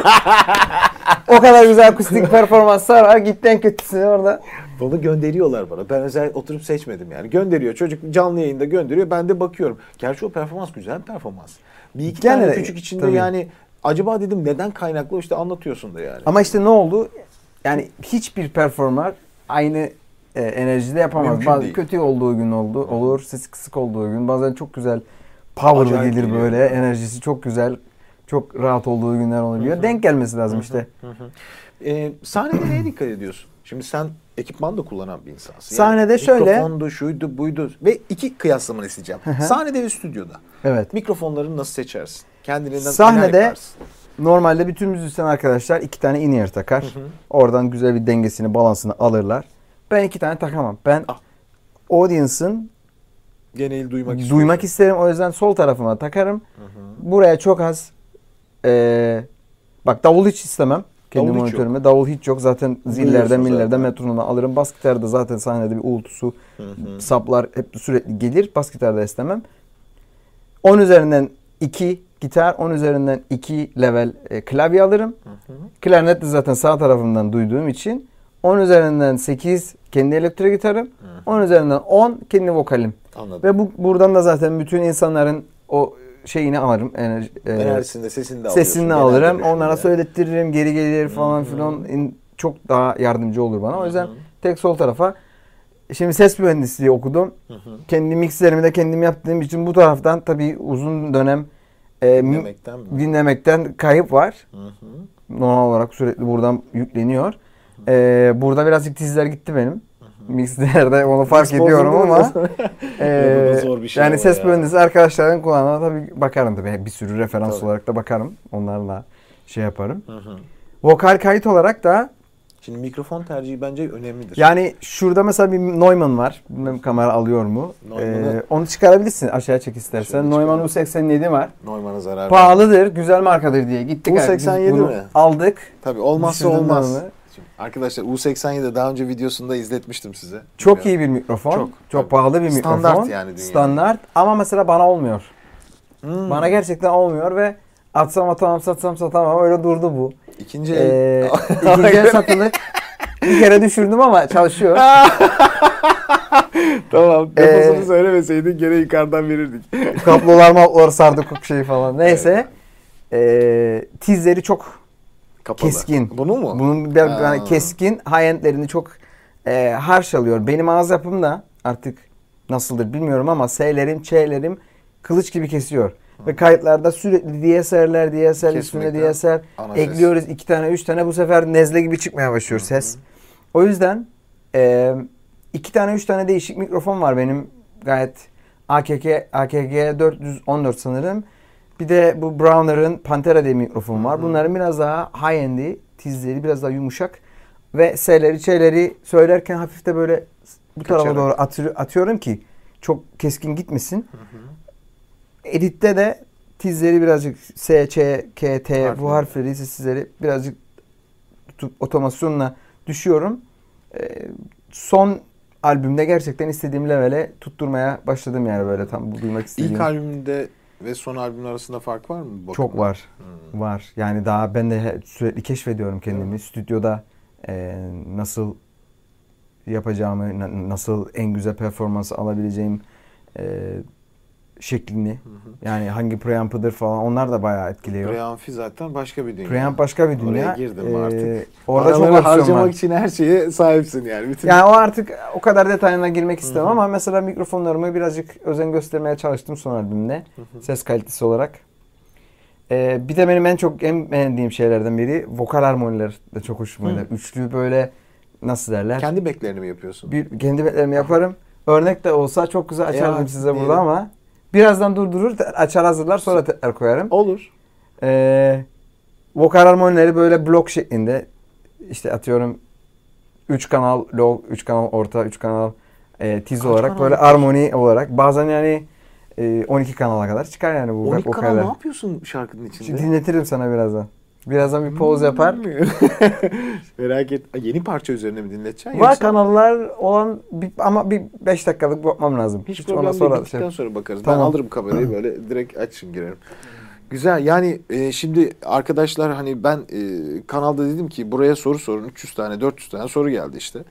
O kadar güzel akustik performanslar var. Gitti en kötüsü orada. Bunu gönderiyorlar bana. Ben özel oturup seçmedim yani. Gönderiyor. Çocuk canlı yayında gönderiyor. Ben de bakıyorum. Gerçi o performans güzel bir performans. Bir iki Yani tane de- küçük içinde tabii. yani acaba dedim neden kaynaklı işte anlatıyorsun da yani. Ama işte ne oldu? Yani hiçbir performer aynı e, enerjide yapamaz. Mümkün Bazı değil. kötü olduğu gün oldu, olur, sesi kısık olduğu gün. Bazen çok güzel power'lı Acayip gelir geliyor. böyle, enerjisi çok güzel, çok rahat olduğu günler olabiliyor. Denk gelmesi lazım işte. Ee, sahnede neye dikkat ediyorsun? Şimdi sen ekipman da kullanan bir insansın. Sahnede şöyle- Mikrofondu, şuydu, buydu. Ve iki kıyaslamanı isteyeceğim. Sahnede ve stüdyoda. Evet. Mikrofonları nasıl seçersin? Kendiliğinden Sahnede- neler yaparsın? Normalde bütün müzisyen arkadaşlar iki tane in-ear takar. Oradan güzel bir dengesini, balansını alırlar. Ben iki tane takamam. Ben Ah. audience'ın Genel duymak istiyorsun. duymak isterim. O yüzden sol tarafıma takarım. Buraya çok az e, bak davul hiç istemem. Kendi Davul hiç monitörüme. Davul hiç yok. Zaten zillerden, Duyuyorsun millerden, zaten. metronomdan alırım. Bas gitarda zaten sahnede bir uğultusu, saplar hep sürekli gelir. Bas gitarda istemem. on üzerinden iki gitar, on üzerinden iki level e, klavye alırım. Klarnet de zaten sağ tarafımdan duyduğum için on üzerinden sekiz kendi elektro gitarım. on üzerinden on kendi vokalim. Anladım. Ve bu buradan da zaten bütün insanların o şeyini alırım. Enerji, e, Enerjisini de sesini de alıyorsun. sesini genel alırım. dönüşümde. Onlara söylettiririm. Geri gelir falan filan. İn- Çok daha yardımcı olur bana. O yüzden tek sol tarafa. Şimdi ses mühendisliği okudum. Kendi mixlerimi de kendim yaptığım için bu taraftan tabii uzun dönem e, mi- Dinlemekten mi? dinlemekten kayıp var. Hı hı. Normal olarak sürekli buradan yükleniyor. E, burada birazcık tizler gitti benim. Mixlerde onu fark Mix ediyorum bozuldu ama mu? e, Ya bu da zor bir şey yani ama ses ya. mühendisi arkadaşların kulağına tabii bakarım tabii. Bir sürü referans Tabii. olarak da bakarım. Onlarla şey yaparım. Hı hı. Vokal kayıt olarak da Şimdi mikrofon tercihi bence önemlidir. yani şurada mesela bir Neumann var. Bilmem kamera alıyor mu? Neumann'ı- Ee, onu çıkarabilirsin aşağıya çek istersen. Şöyle Neumann çıkaralım. U seksen yedi var. Neumann'a zarar vermez. Pahalıdır, güzel markadır diye gittik. U Biz seksen yedi bunu mi? aldık. Tabii olmazsa Düşürdüm olmaz. ben onu. Şimdi arkadaşlar U seksen yedi daha önce videosunda izletmiştim size. Çok iyi bir mikrofon. Çok, Çok, tabii. pahalı bir Standart mikrofon. yani dünyada. Standart ama mesela bana olmuyor. Hmm. Bana gerçekten olmuyor ve Atsam atamam, satsam satamam. Öyle durdu bu. İkinci el. Ee, ikinci el satılık. Bir kere düşürdüm ama çalışıyor. Tamam. Deposunu ee, söylemeseydin gene yukarıdan verirdik. Kablolar maplar sardık hukuk şeyi falan. Neyse. Evet. Ee, tizleri çok kapalı. Keskin. Bunu mu? Bunun bir, yani keskin. High-end'lerini çok e, harş alıyor. Benim ağız yapım da artık nasıldır bilmiyorum ama S'lerim, Ç'lerim kılıç gibi kesiyor. Hı. Ve kayıtlarda sürekli D S R'ler, D S R üstüne D S R ekliyoruz. Ses. iki tane, üç tane bu sefer nezle gibi çıkmaya başlıyor ses. Hı hı. O yüzden e, iki tane, üç tane değişik mikrofon var benim gayet A K G, A K G dört yüz on dört sanırım. Bir de bu Browner'ın Pantera diye mikrofon var. Hı. Bunların biraz daha high-end'i, tizleri biraz daha yumuşak. Ve S'leri, Ç'leri söylerken hafif de böyle bu tarafa Kaçarak. doğru atı, atıyorum ki çok keskin gitmesin. Hı hı. Editte de tizleri birazcık S, Ç, K, T Harfleri. Bu harfleri, sesleri birazcık tutup otomasyonla düşüyorum. Ee, son albümde gerçekten istediğim levele tutturmaya başladım yani böyle tam duymak istediğim. İlk albümde ve son albümün arasında fark var mı? Bakın Çok var. Hmm. Var. Yani daha ben de sürekli keşfediyorum kendimi. Hmm. Stüdyoda e, nasıl yapacağımı, na, nasıl en güzel performansı alabileceğim e, şeklini. Hı hı. Yani hangi preamp'ıdır falan onlar da bayağı etkiliyor. Preamp'i zaten başka bir dünya. Preamp başka bir dünya. Oraya girdim ee, artık. Orada çok opsiyon harcamak var. için her şeye sahipsin yani. Bütün... Yani o artık o kadar detayına girmek istemem ama mesela mikrofonlarımı birazcık özen göstermeye çalıştım son albümde. Hı hı. Ses kalitesi olarak. Ee, bir de benim en çok en beğendiğim şeylerden biri vokal harmoniler de çok hoşuma gider. Üçlü böyle nasıl derler? Kendi backlerini mi yapıyorsun? Bir, kendi backlerimi yaparım. Örnek de olsa çok güzel açardım size diyelim. Burada ama birazdan durdurur, açar hazırlar sonra tekrar koyarım. Olur. Ee, vokal harmonileri böyle blok şeklinde işte atıyorum üç kanal low, üç kanal orta, üç kanal e, tiz Kaç olarak böyle harmoni olarak bazen yani e, on iki kanala kadar çıkar yani bu on iki vokaller. Kanal ne yapıyorsun şarkının içinde? Şimdi dinletirim sana birazdan. Birazdan bir pause yapar. Merak et. Yeni parça üzerine mi dinleteceksin? Var yoksa... kanallar olan bir, ama bir beş dakikalık bakmam lazım. Hiç, Hiç problem sonra değil. Bittikten şey... sonra bakarız. Tamam. Ben alırım kamerayı böyle direkt açayım girerim. Güzel. Yani e, şimdi arkadaşlar hani ben e, kanalda dedim ki buraya soru sorun. üç yüz tane dört yüz tane soru geldi işte.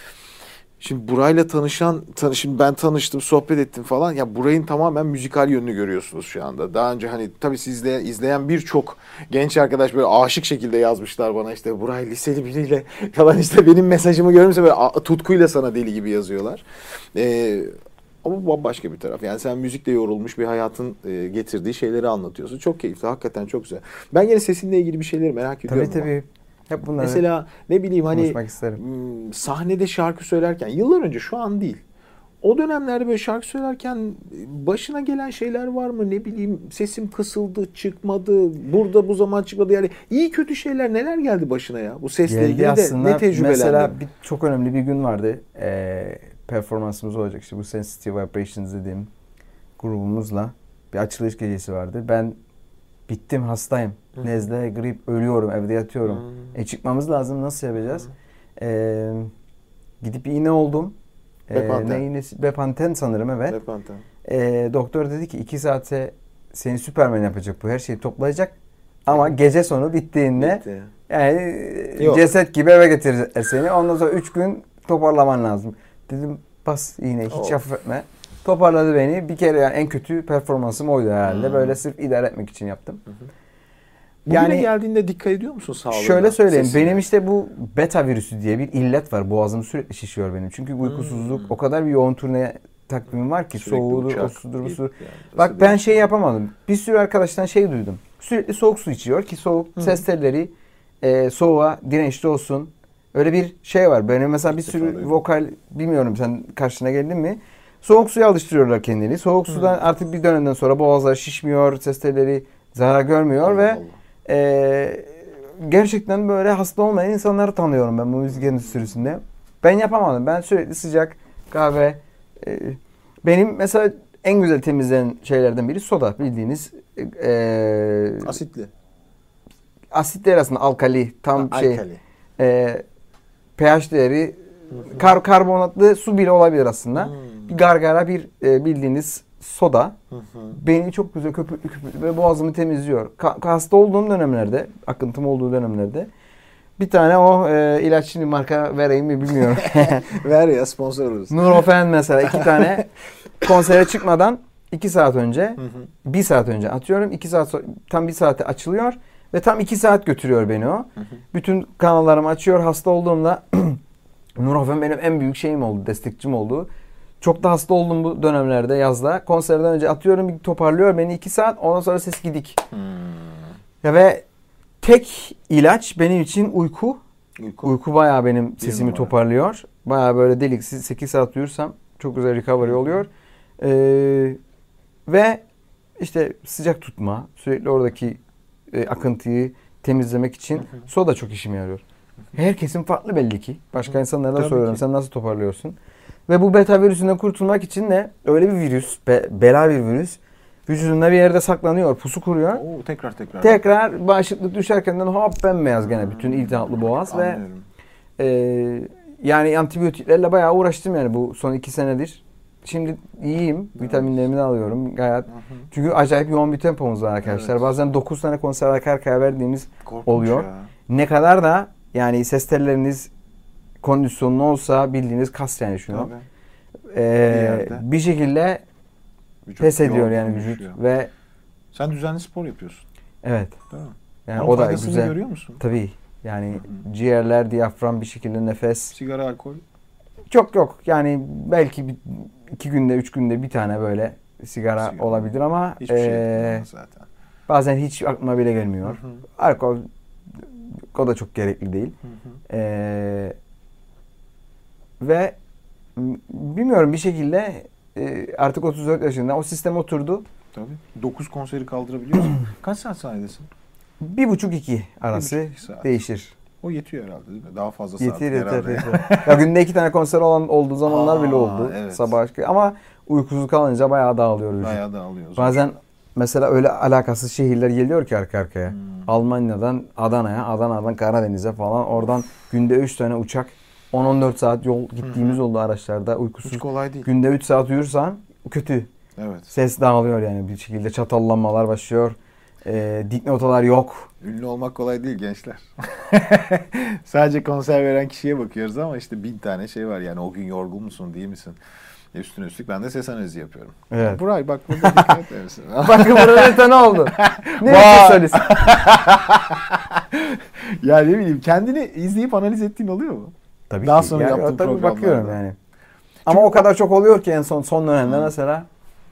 Şimdi Buray'la tanışan, tanı, şimdi ben tanıştım, sohbet ettim falan. Ya Buray'ın tamamen müzikal yönünü görüyorsunuz şu anda. Daha önce hani tabii sizde izleyen birçok genç arkadaş böyle aşık şekilde yazmışlar bana işte Buray liseli biriyle falan işte benim mesajımı görmüşse böyle tutkuyla sana deli gibi yazıyorlar. Ee, ama bu bambaşka bir taraf. Yani sen müzikle yorulmuş bir hayatın e, getirdiği şeyleri anlatıyorsun. Çok keyifli, hakikaten çok güzel. Ben yine sesinle ilgili bir şeyleri merak ediyorum. Tabii tabii. Hep bunları mesela ne bileyim hani sahnede şarkı söylerken yıllar önce şu an değil. O dönemlerde böyle şarkı söylerken başına gelen şeyler var mı? Ne bileyim sesim kısıldı, çıkmadı, burada bu zaman çıkmadı. Yani iyi kötü şeyler neler geldi başına ya? Bu sesle geldi ilgili aslında, de ne tecrübelendi? Mesela bir, çok önemli bir gün vardı. Ee, performansımız olacak. İşte bu Sensitive Vibrations dediğim grubumuzla bir açılış gecesi vardı. Ben bittim, hastayım. Hı-hı. Nezle, grip, ölüyorum, evde yatıyorum. Hı-hı. E çıkmamız lazım, nasıl yapacağız? Ee, gidip iğne oldum. Bepanten. Ee, ne iğnesi? Bepanten sanırım, evet. Bepanten. Ee, doktor dedi ki iki saate seni Süperman yapacak bu, her şeyi toplayacak. Ama evet. Gece sonu bittiğinde Bitti. yani Yok. ceset gibi eve getirecekler seni. Ondan sonra üç gün toparlaman lazım. Dedim bas iğne, hiç hafif etme. Toparladı beni. Bir kere yani en kötü performansım oydu herhalde. Hmm. Böyle sırf idare etmek için yaptım. Hı hı. Bugüne yani geldiğinde dikkat ediyor musun sağlığına? Şöyle söyleyeyim. Sesine. Benim işte bu beta virüsü diye bir illet var. Boğazım sürekli şişiyor benim. Çünkü uykusuzluk hmm. o kadar bir yoğun turne takvimim var ki. Sürekli soğuğudur, o sudur, bu sudur. Yani, bak ben şey yapamadım. Bir sürü arkadaştan şey duydum. Sürekli soğuk su içiyor ki soğuk hmm. ses telleri e, soğuğa dirençli olsun. Öyle bir şey var. Benim mesela bir sürü vokal, bilmiyorum sen karşına geldin mi? Soğuk suya alıştırıyorlar kendini. Soğuk hmm. sudan artık bir dönemden sonra boğazlar şişmiyor, ses telleri zarar görmüyor Allah ve Allah. E, gerçekten böyle hasta olmayan insanları tanıyorum ben bu müzik endüstrisinde. Ben yapamadım. Ben sürekli sıcak kahve. E, benim mesela en güzel temizleyen şeylerden biri soda, bildiğiniz. E, asitli. Asitli arasında alkali, tam ha, şey. Alkali. E, pH değeri kar karbonatlı su bile olabilir aslında. Hmm. Bir gargara, bir e, bildiğiniz soda Hı hı. beni çok güzel köpüklü köpüklü ve boğazımı temizliyor. Ka- hasta olduğum dönemlerde, akıntım olduğu dönemlerde bir tane o e, ilaç, şimdi marka vereyim mi bilmiyorum. Ver ya, sponsor oluruz. Nurofen mesela iki tane konsere çıkmadan iki saat önce, Hı hı. bir saat önce atıyorum. iki saat sonra, tam bir saate açılıyor ve tam iki saat götürüyor beni o. Hı hı. Bütün kanallarımı açıyor. Hasta olduğumda Nurofen benim en büyük şeyim oldu, destekçim oldu. Çok da hasta oldum bu dönemlerde, yazda. Konserden önce atıyorum, bir toparlıyor beni iki saat. Ondan sonra ses gidik. Hmm. Ya ve tek ilaç benim için uyku. Uyku. Uyku bayağı benim sesimi numara. toparlıyor. Bayağı böyle deliksiz sekiz saat uyursam çok güzel recovery oluyor. Ee, ve işte sıcak tutma, sürekli oradaki e, akıntıyı temizlemek için soda çok işime yarıyor. Herkesin farklı belli ki. Başka insanlara da Tabii soruyorum. ki. Sen nasıl toparlıyorsun? Ve bu beta virüsünden kurtulmak için de öyle bir virüs, be, bela bir virüs vücudunda bir yerde saklanıyor, pusu kuruyor. Oo, tekrar tekrar. Tekrar bağışıklık düşerken hop bembeyaz gene bütün iltihaplı boğaz ve Anlıyorum. e, yani antibiyotiklerle bayağı uğraştım yani bu son iki senedir. Şimdi iyiyim. Vitaminlerimi de alıyorum gayet. Hı hı. Çünkü acayip yoğun bir tempomuz var arkadaşlar. Evet. Bazen dokuz tane konser arka arkaya verdiğimiz Korkunç oluyor. ya. Ne kadar da yani ses telleriniz kondisyonlu olsa bildiğiniz kas yani şunu. Tabii. Ee, yerde. bir şekilde Vücut pes ediyor yani yorgunlaşıyor. vücut ve Sen düzenli spor yapıyorsun. evet. Değil mi? Yani Onun o da faydasını güzel. görüyor musun? Tabii. Yani Hı hı. ciğerler, diyafram, bir şekilde nefes. Sigara, alkol. Çok yok. Yani belki bir, iki günde, üç günde bir tane böyle sigara, Sigara. olabilir ama Hiçbir şey ee, yapmıyor zaten. bazen hiç aklıma bile gelmiyor. Hı hı. Alkol o da çok gerekli değil. Hı hı. Ee, ve m- bilmiyorum bir şekilde e, artık otuz dört yaşında o sistem oturdu. Tabii. dokuz konseri kaldırabiliyorsun. Kaç saat sahnedesin? Bir buçuk iki arası Bir buçuk, iki saat. değişir. O yetiyor herhalde değil mi? Daha fazla saat Yeter yeter herhalde. yeter. Ya günde iki tane konser olan olduğu zamanlar Aa, bile oldu. evet. Sabah ama uykusuz kalınca bayağı dağılıyor vücut. Bayağı dağılıyoruz. Bazen mesela öyle alakasız şehirler geliyor ki arka arkaya. Hmm. Almanya'dan Adana'ya, Adana'dan Karadeniz'e falan. Oradan günde üç tane uçak, on on dört saat yol gittiğimiz oldu araçlarda. Uykusuz. Hiç kolay değil. Günde üç saat uyursan kötü. Evet. Ses dağılıyor yani bir şekilde, çatallanmalar başlıyor. Ee, dik notalar yok. Ünlü olmak kolay değil gençler. Sadece konser veren kişiye bakıyoruz ama işte bin tane şey var. Yani o gün yorgun musun, değil misin? Üstüne üstlük ben de ses analizi yapıyorum. Evet. Buray bak burada dikkat eder misin? Bakın burada ne oldu? Ne Vay. biçim solist? Ya ne bileyim, kendini izleyip analiz ettiğin oluyor mu? Tabii Daha ki. sonra Yani yaptığın tabii programlarda. bakıyorum yani. Ama o kadar çok oluyor ki en son son dönemde Hı. mesela.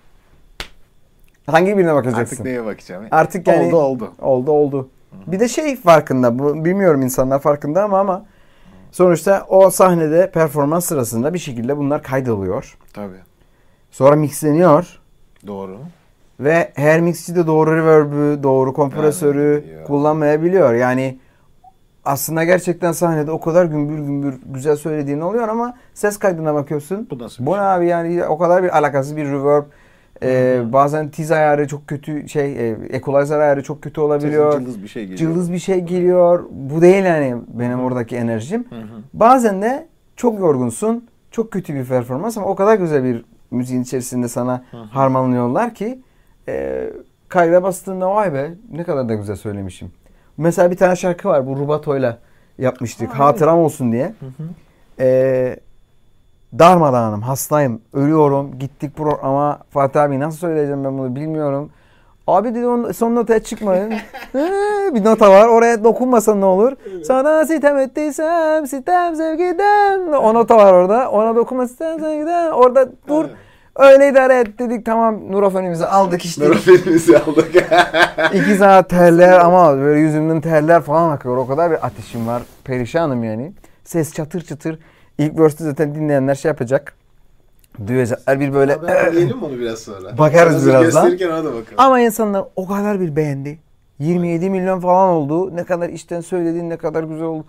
Hangi birine bakacaksın? Artık neye bakacağım? Artık yani oldu oldu. Oldu oldu. Bir de şey farkında, bu bilmiyorum insanlar farkında ama ama sonuçta o sahnede performans sırasında bir şekilde bunlar kaydoluyor. Tabii. Sonra mixleniyor Doğru. ve her mixçi de doğru reverb'ü, doğru kompresörü Vermeyebiliyor. kullanmayabiliyor. Yani aslında gerçekten sahnede o kadar gümbür gümbür güzel söylediğin oluyor ama ses kaydına bakıyorsun. Bu nasıl bir Bu ne şey? abi yani o kadar bir alakasız bir reverb. Ee, bazen tiz ayarı çok kötü şey, e, equalizer ayarı çok kötü olabiliyor. Cılız bir şey geliyor. Cılız bir şey geliyor. Bu değil yani benim oradaki enerjim. Hı hı. Bazen de çok yorgunsun. Çok kötü bir performans ama o kadar güzel bir müziğin içerisinde sana Hı hı. harmanlıyorlar ki e, kayda bastığında vay be ne kadar da güzel söylemişim. Mesela bir tane şarkı var, bu Rubato'yla yapmıştık. Ha, Hatıram olsun diye. Hı hı. E, darmadağınım, hastayım, ölüyorum. Gittik programa. Fatih abi nasıl söyleyeceğim ben bunu bilmiyorum. Abi dedi on, son notaya çıkmayın. Ee, bir nota var. Oraya dokunmasan ne olur? Sana sitem ettiysem sitem sevgiden. O nota var orada. Ona dokunma sitem sevgiden. Orada dur. Evet. Öyle idare et dedik. Tamam, Nurofen'imizi aldık işte. Nurofen'imizi aldık. İki saat terler ama böyle yüzümden terler falan akıyor. O kadar bir ateşim var. Perişanım yani. Ses çatır çatır. İlk verse'ü zaten dinleyenler şey yapacak. Duyacaklar bir böyle. Diyelim mi onu biraz sonra? Bakarız Nasıl birazdan. gösterirken ona da bakalım. Ama insanlar o kadar bir beğendi. yirmi yedi milyon falan oldu. Ne kadar içten söylediğin ne kadar güzel oldu.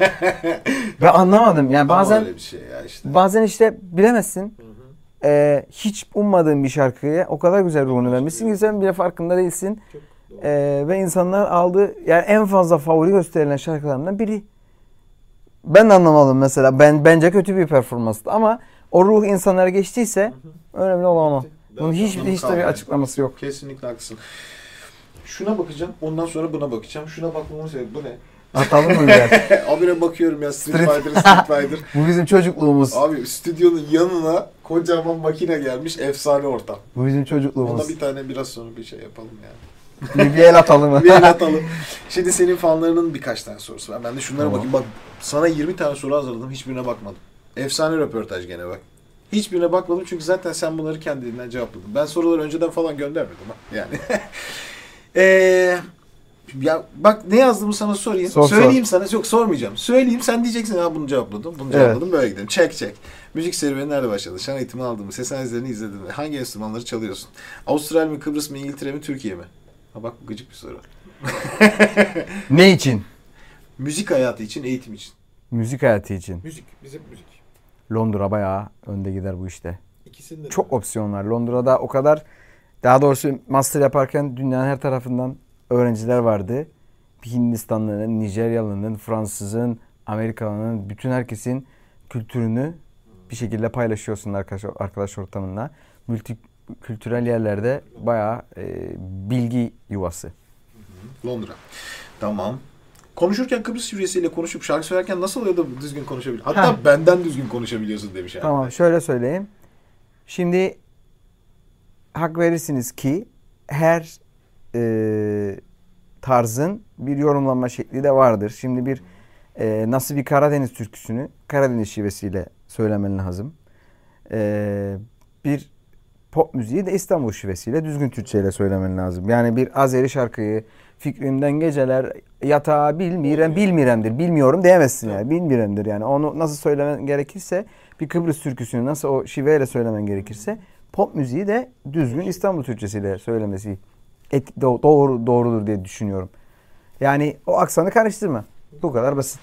Ve anlamadım. Yani bazen Ama öyle bir şey ya işte. bazen işte bilemezsin. Ee, hiç ummadığın bir şarkıya o kadar güzel ruhunu vermişsin ki sen bile farkında değilsin. Ee, ve insanlar aldı. Yani en fazla favori gösterilen şarkılarından biri. Ben de anlamadım mesela. Ben bence kötü bir performanstı ama o ruh insanlara geçtiyse önemli olan o. Bunun hiç, hiç tabii açıklaması yok. Kesinlikle haklısın. Şuna bakacağım, ondan sonra buna bakacağım. Şuna bakmamın sebebi bu ne? Atalım mı biraz? Abire bakıyorum ya, Street Fighter, Street Fighter. Bu bizim çocukluğumuz. Abi stüdyonun yanına kocaman makine gelmiş, efsane ortam. Bu bizim çocukluğumuz. Ona bir tane biraz sonra bir şey yapalım yani. Bir, bir el atalım mı? Bir el atalım. Şimdi senin fanlarının birkaç tane sorusu var. Ben de şunlara Tamam. bakayım. Bak sana yirmi tane soru hazırladım. Hiçbirine bakmadım. Efsane röportaj gene bak. Hiçbirine bakmadım çünkü zaten sen bunları kendiliğinden cevapladın. Ben soruları önceden falan göndermedim ha. Yani. Eee... Ya bak ne yazdığımı sana sorayım. Sor, Söyleyeyim sor. sana. Yok sormayacağım. Söyleyeyim sen diyeceksin ya bunu cevapladım. Bunu cevapladım. Evet. Böyle gidelim. Çek çek. Müzik serüveni nerede başladı? Şan eğitimi aldın mı? Ses analizlerini izledin mi? Hangi enstrümanları çalıyorsun? Avustralya mı, Kıbrıs mı, İngiltere mi, Türkiye mi? Ha bak bu gıcık bir soru. Ne için? Müzik hayatı için, eğitim için. Müzik hayatı için. Müzik. Bizim müzik. Londra bayağı önde gider bu işte. İkisinde çok de. Opsiyon var. Londra'da o kadar, daha doğrusu master yaparken dünyanın her tarafından öğrenciler vardı. Hindistanlı'nın, Nijeryalı'nın, Fransız'ın, Amerikalı'nın, bütün herkesin kültürünü bir şekilde paylaşıyorsun arkadaş, arkadaş ortamında. Multikültürel yerlerde bayağı e, bilgi yuvası. Londra. Tamam. Konuşurken Kıbrıs Suriyesiyle konuşup şarkı söylerken nasıl oluyor da düzgün konuşabiliyorsun? Hatta Heh. benden düzgün konuşabiliyorsun demiş yani. Tamam, şöyle söyleyeyim. Şimdi hak verirsiniz ki her e, tarzın bir yorumlanma şekli de vardır. Şimdi bir e, nasıl bir Karadeniz türküsünü Karadeniz şivesiyle söylemen lazım. E, bir pop müziği de İstanbul şivesiyle düzgün Türkçeyle söylemen lazım. Yani bir Azeri şarkıyı Fikrimden Geceler yatağa bilmirem, bilmiremdir. Bilmiyorum diyemezsin yani. Bilmiremdir yani. Onu nasıl söylemen gerekirse, bir Kıbrıs türküsünü nasıl o şiveyle söylemen gerekirse, pop müziği de düzgün İstanbul Türkçesiyle söylemesi et, doğru doğrudur diye düşünüyorum. Yani o aksanı karıştırma. Bu kadar basit.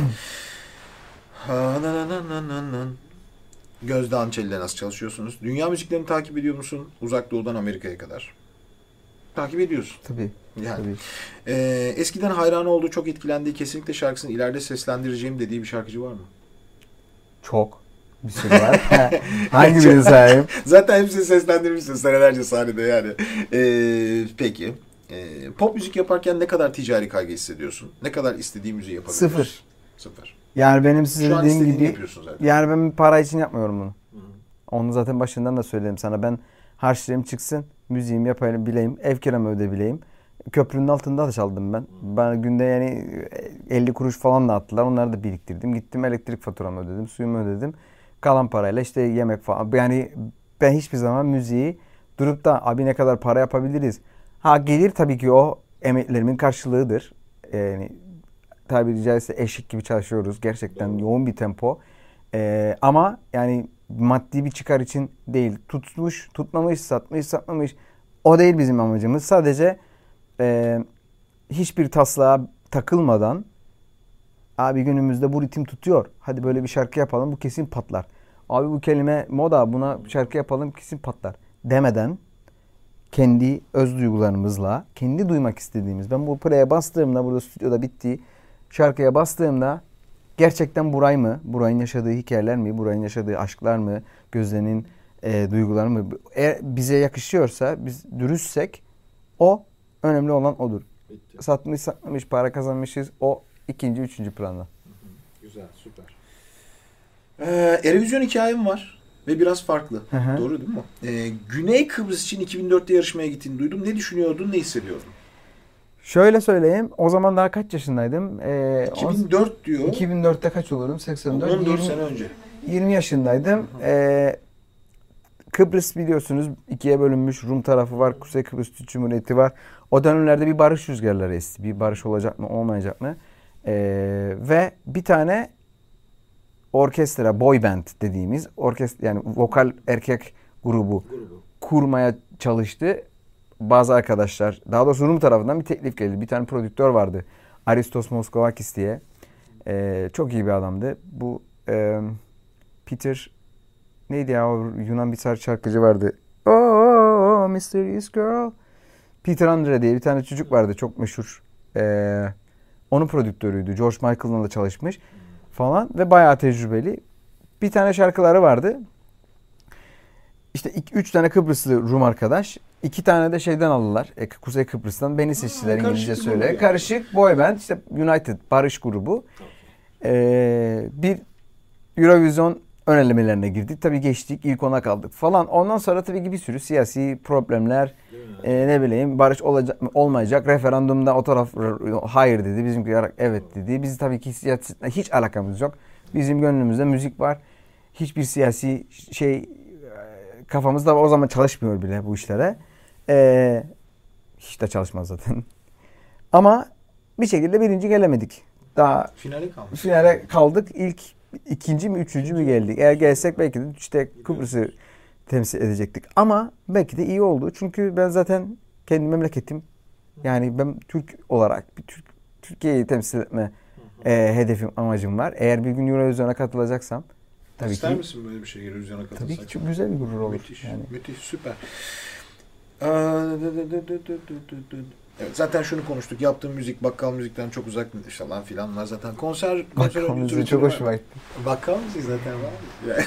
Gözde Ançeli ile nasıl çalışıyorsunuz? Dünya müziklerini takip ediyor musun? Uzak Doğu'dan Amerika'ya kadar. Takip ediyorsun. Tabii. Yani. Tabii. Ee, eskiden hayranı olduğu, çok etkilendiği, kesinlikle şarkısını ileride seslendireceğim dediği bir şarkıcı var mı? Çok. Bir sürü var. Hangi birini sayayım? Zaten hepsini seslendirmişsin senelerce sahnede yani. Ee, peki. Ee, pop müzik yaparken ne kadar ticari kaygı hissediyorsun? Ne kadar istediğin müziği yapabiliyorsun? Sıfır. Sıfır. Yani benim size dediğim gibi. Yapıyorsun zaten. Yani ben para için yapmıyorum bunu. Hı-hı. Onu zaten başından da söyledim sana. Ben harçlığım çıksın, müziğimi yapayım, bileyim, ev kiramı ödebileyim. Köprünün altında da çaldım ben. Hı-hı. Bana günde yani elli kuruş falan da attılar. Onları da biriktirdim. Gittim elektrik faturamı ödedim, suyumu ödedim. Kalan parayla işte yemek falan. Yani ben hiçbir zaman müziği durup da abi ne kadar para yapabiliriz? Ha gelir tabii ki, o emeklerimin karşılığıdır. Yani tabiri caizse eşek gibi çalışıyoruz. Gerçekten Doğru. yoğun bir tempo. Ee, ama yani maddi bir çıkar için değil. Tutmuş, tutmamış, satmış, satmamış. O değil bizim amacımız. Sadece e, hiçbir taslağa takılmadan, abi günümüzde bu ritim tutuyor, hadi böyle bir şarkı yapalım, bu kesin patlar. Abi bu kelime moda, buna şarkı yapalım, kesin patlar demeden, kendi öz duygularımızla, kendi duymak istediğimiz, ben bu play'e bastığımda, burada stüdyoda bittiği şarkıya bastığımda gerçekten Buray mı, Buray'ın yaşadığı hikayeler mi, Buray'ın yaşadığı aşklar mı, Gözde'nin e, duyguları mı, eğer bize yakışıyorsa, biz dürüstsek, o önemli olan odur. Bitti. Satmış, satmamış, para kazanmışız, o ikinci, üçüncü planda. Güzel, süper. Ee, Erevizyon hikayem var ve biraz farklı. Hı hı. Doğru değil mi? Ee, Güney Kıbrıs için iki bin dörtte yarışmaya gittiğini duydum. Ne düşünüyordun, ne hissediyordun? Şöyle söyleyeyim, o zaman daha kaç yaşındaydım? Ee, iki bin dört diyor. iki bin dörtte kaç olurum? seksen dört. on dört sene önce. yirmi yaşındaydım. Ee, Kıbrıs biliyorsunuz ikiye bölünmüş. Rum tarafı var, Kuzey Kıbrıs Türk Cumhuriyeti var. O dönemlerde bir barış rüzgarları esti. Bir barış olacak mı, olmayacak mı? Ee, ve bir tane orkestra, boy band dediğimiz orkestra, yani vokal erkek grubu, grubu kurmaya çalıştı. Bazı arkadaşlar, daha doğrusu Rum tarafından bir teklif geldi. Bir tane prodüktör vardı, Aristos Moskovakis diye. Ee, çok iyi bir adamdı. Bu e, Peter neydi ya, o Yunan bir şarkıcı vardı. Oh, Mysterious Girl. Peter Andre diye bir tane çocuk vardı, çok meşhur. Ee, onun prodüktörüydü. George Michael'la da çalışmış falan ve bayağı tecrübeli. Bir tane şarkıları vardı. işte iki, üç tane Kıbrıslı Rum arkadaş. iki tane de şeyden aldılar. E, Kuzey Kıbrıs'tan. Beni seçtiler İngilizce söyle. Yani. Karışık boy band. İşte United Barış grubu. Ee, bir Eurovision ön elemelerine girdik. Tabii geçtik. İlk ona kaldık falan. Ondan sonra tabii ki bir sürü siyasi problemler, e, ne bileyim barış olacak mı olmayacak. Referandumda o taraf hayır dedi. Bizimki evet dedi. Biz tabii ki siyasetle hiç alakamız yok. Bizim gönlümüzde müzik var. Hiçbir siyasi şey kafamızda o zaman çalışmıyor bile bu işlere. Ee, hiç de çalışmaz zaten. Ama bir şekilde birinci gelemedik. Daha finale kaldık. Finale kaldık. İlk ikinci mi üçüncü mü geldik? Eğer gelsek belki de işte Kıbrıs'ı temsil edecektik. Ama belki de iyi oldu. Çünkü ben zaten kendi memleketim. Yani ben Türk olarak bir Türk Türkiye'yi temsil etme e, hedefim, amacım var. Eğer bir gün Eurovision'a katılacaksam tabii İster ki. misin böyle bir şey Eurovision'a katılsak? Tabii ki çok güzel bir gurur olur. Müthiş, yani. müthiş, süper. Evet, zaten şunu konuştuk. Yaptığım müzik bakkal müzikten çok uzak falan filan var zaten. Konser konser Bakkal müziği çok hoşuma gitti. Bakkal müziği zaten var.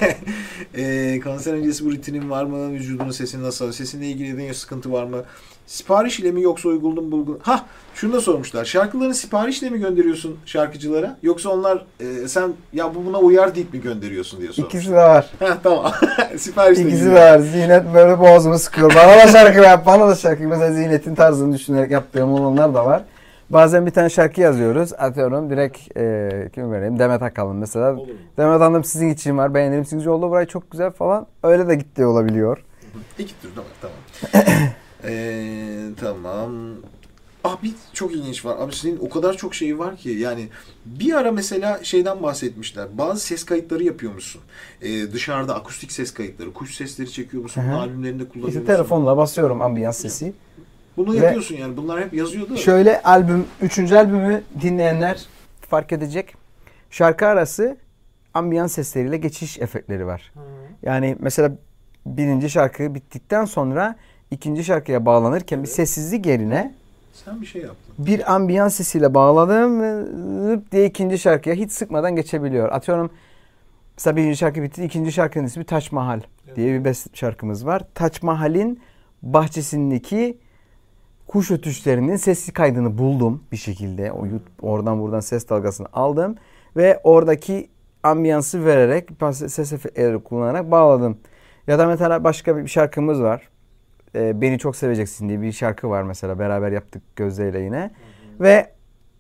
e, konser öncesi bu rutinin var mı? Vücudunun sesini nasıl? Sesinle ilgili dediğin sıkıntı var mı? Sipariş ile mi yoksa uyguldun bulgun? Ha, şunu da sormuşlar. Şarkılarını siparişle mi gönderiyorsun şarkıcılara? Yoksa onlar e, sen ya bu buna uyar deyip mi gönderiyorsun diye sormuşlar. İkisi de var. Ha, tamam. Siparişle İkisi gidiyor. de var. Zinet böyle boğazımı sıkıyor. Bana da şarkı yap, bana da şarkı. Mesela Zinet'in tarzını düşünerek yaptığım olanlar da var. Bazen bir tane şarkı yazıyoruz. Atıyorum direkt e, kimi vereyim? Demet Akalın mesela. Olur mu? Demet Hanım sizin için var. Beğenirim sizin yolda burayı çok güzel falan. Öyle de gitti olabiliyor. İki tür de var. Tamam. Ee, tamam. Abi çok ilginç var. Abi senin o kadar çok şey var ki yani bir ara mesela şeyden bahsetmişler. Bazı ses kayıtları yapıyormuşsun. Ee, dışarıda akustik ses kayıtları, kuş sesleri çekiyor musun? Bunu albümlerinde kullanıyor musun? İşte telefonla basıyorum ambiyans sesi. Bunu yapıyorsun yani. Bunlar hep yazıyordu. Şöyle albüm, üçüncü albümü dinleyenler fark edecek. Şarkı arası ambiyans sesleriyle geçiş efektleri var. Hı. Yani mesela birinci şarkı bittikten sonra ikinci şarkıya bağlanırken evet. bir sessizlik yerine sen bir şey yaptın. Bir ambiyans sesiyle bağladım ve diye ikinci şarkıya hiç sıkmadan geçebiliyor. Atıyorum mesela birinci şarkı bitti. İkinci şarkının ismi Taç Mahal evet. diye bir best şarkımız var. Taç Mahal'in bahçesindeki kuş ötüşlerinin sesli kaydını buldum bir şekilde. O oradan buradan ses dalgasını aldım ve oradaki ambiyansı vererek ses efektleri kullanarak bağladım. Ya da mesela başka bir şarkımız var. Ee, Beni Çok Seveceksin diye bir şarkı var mesela. Beraber yaptık Gözde ile yine. Hı hı. Ve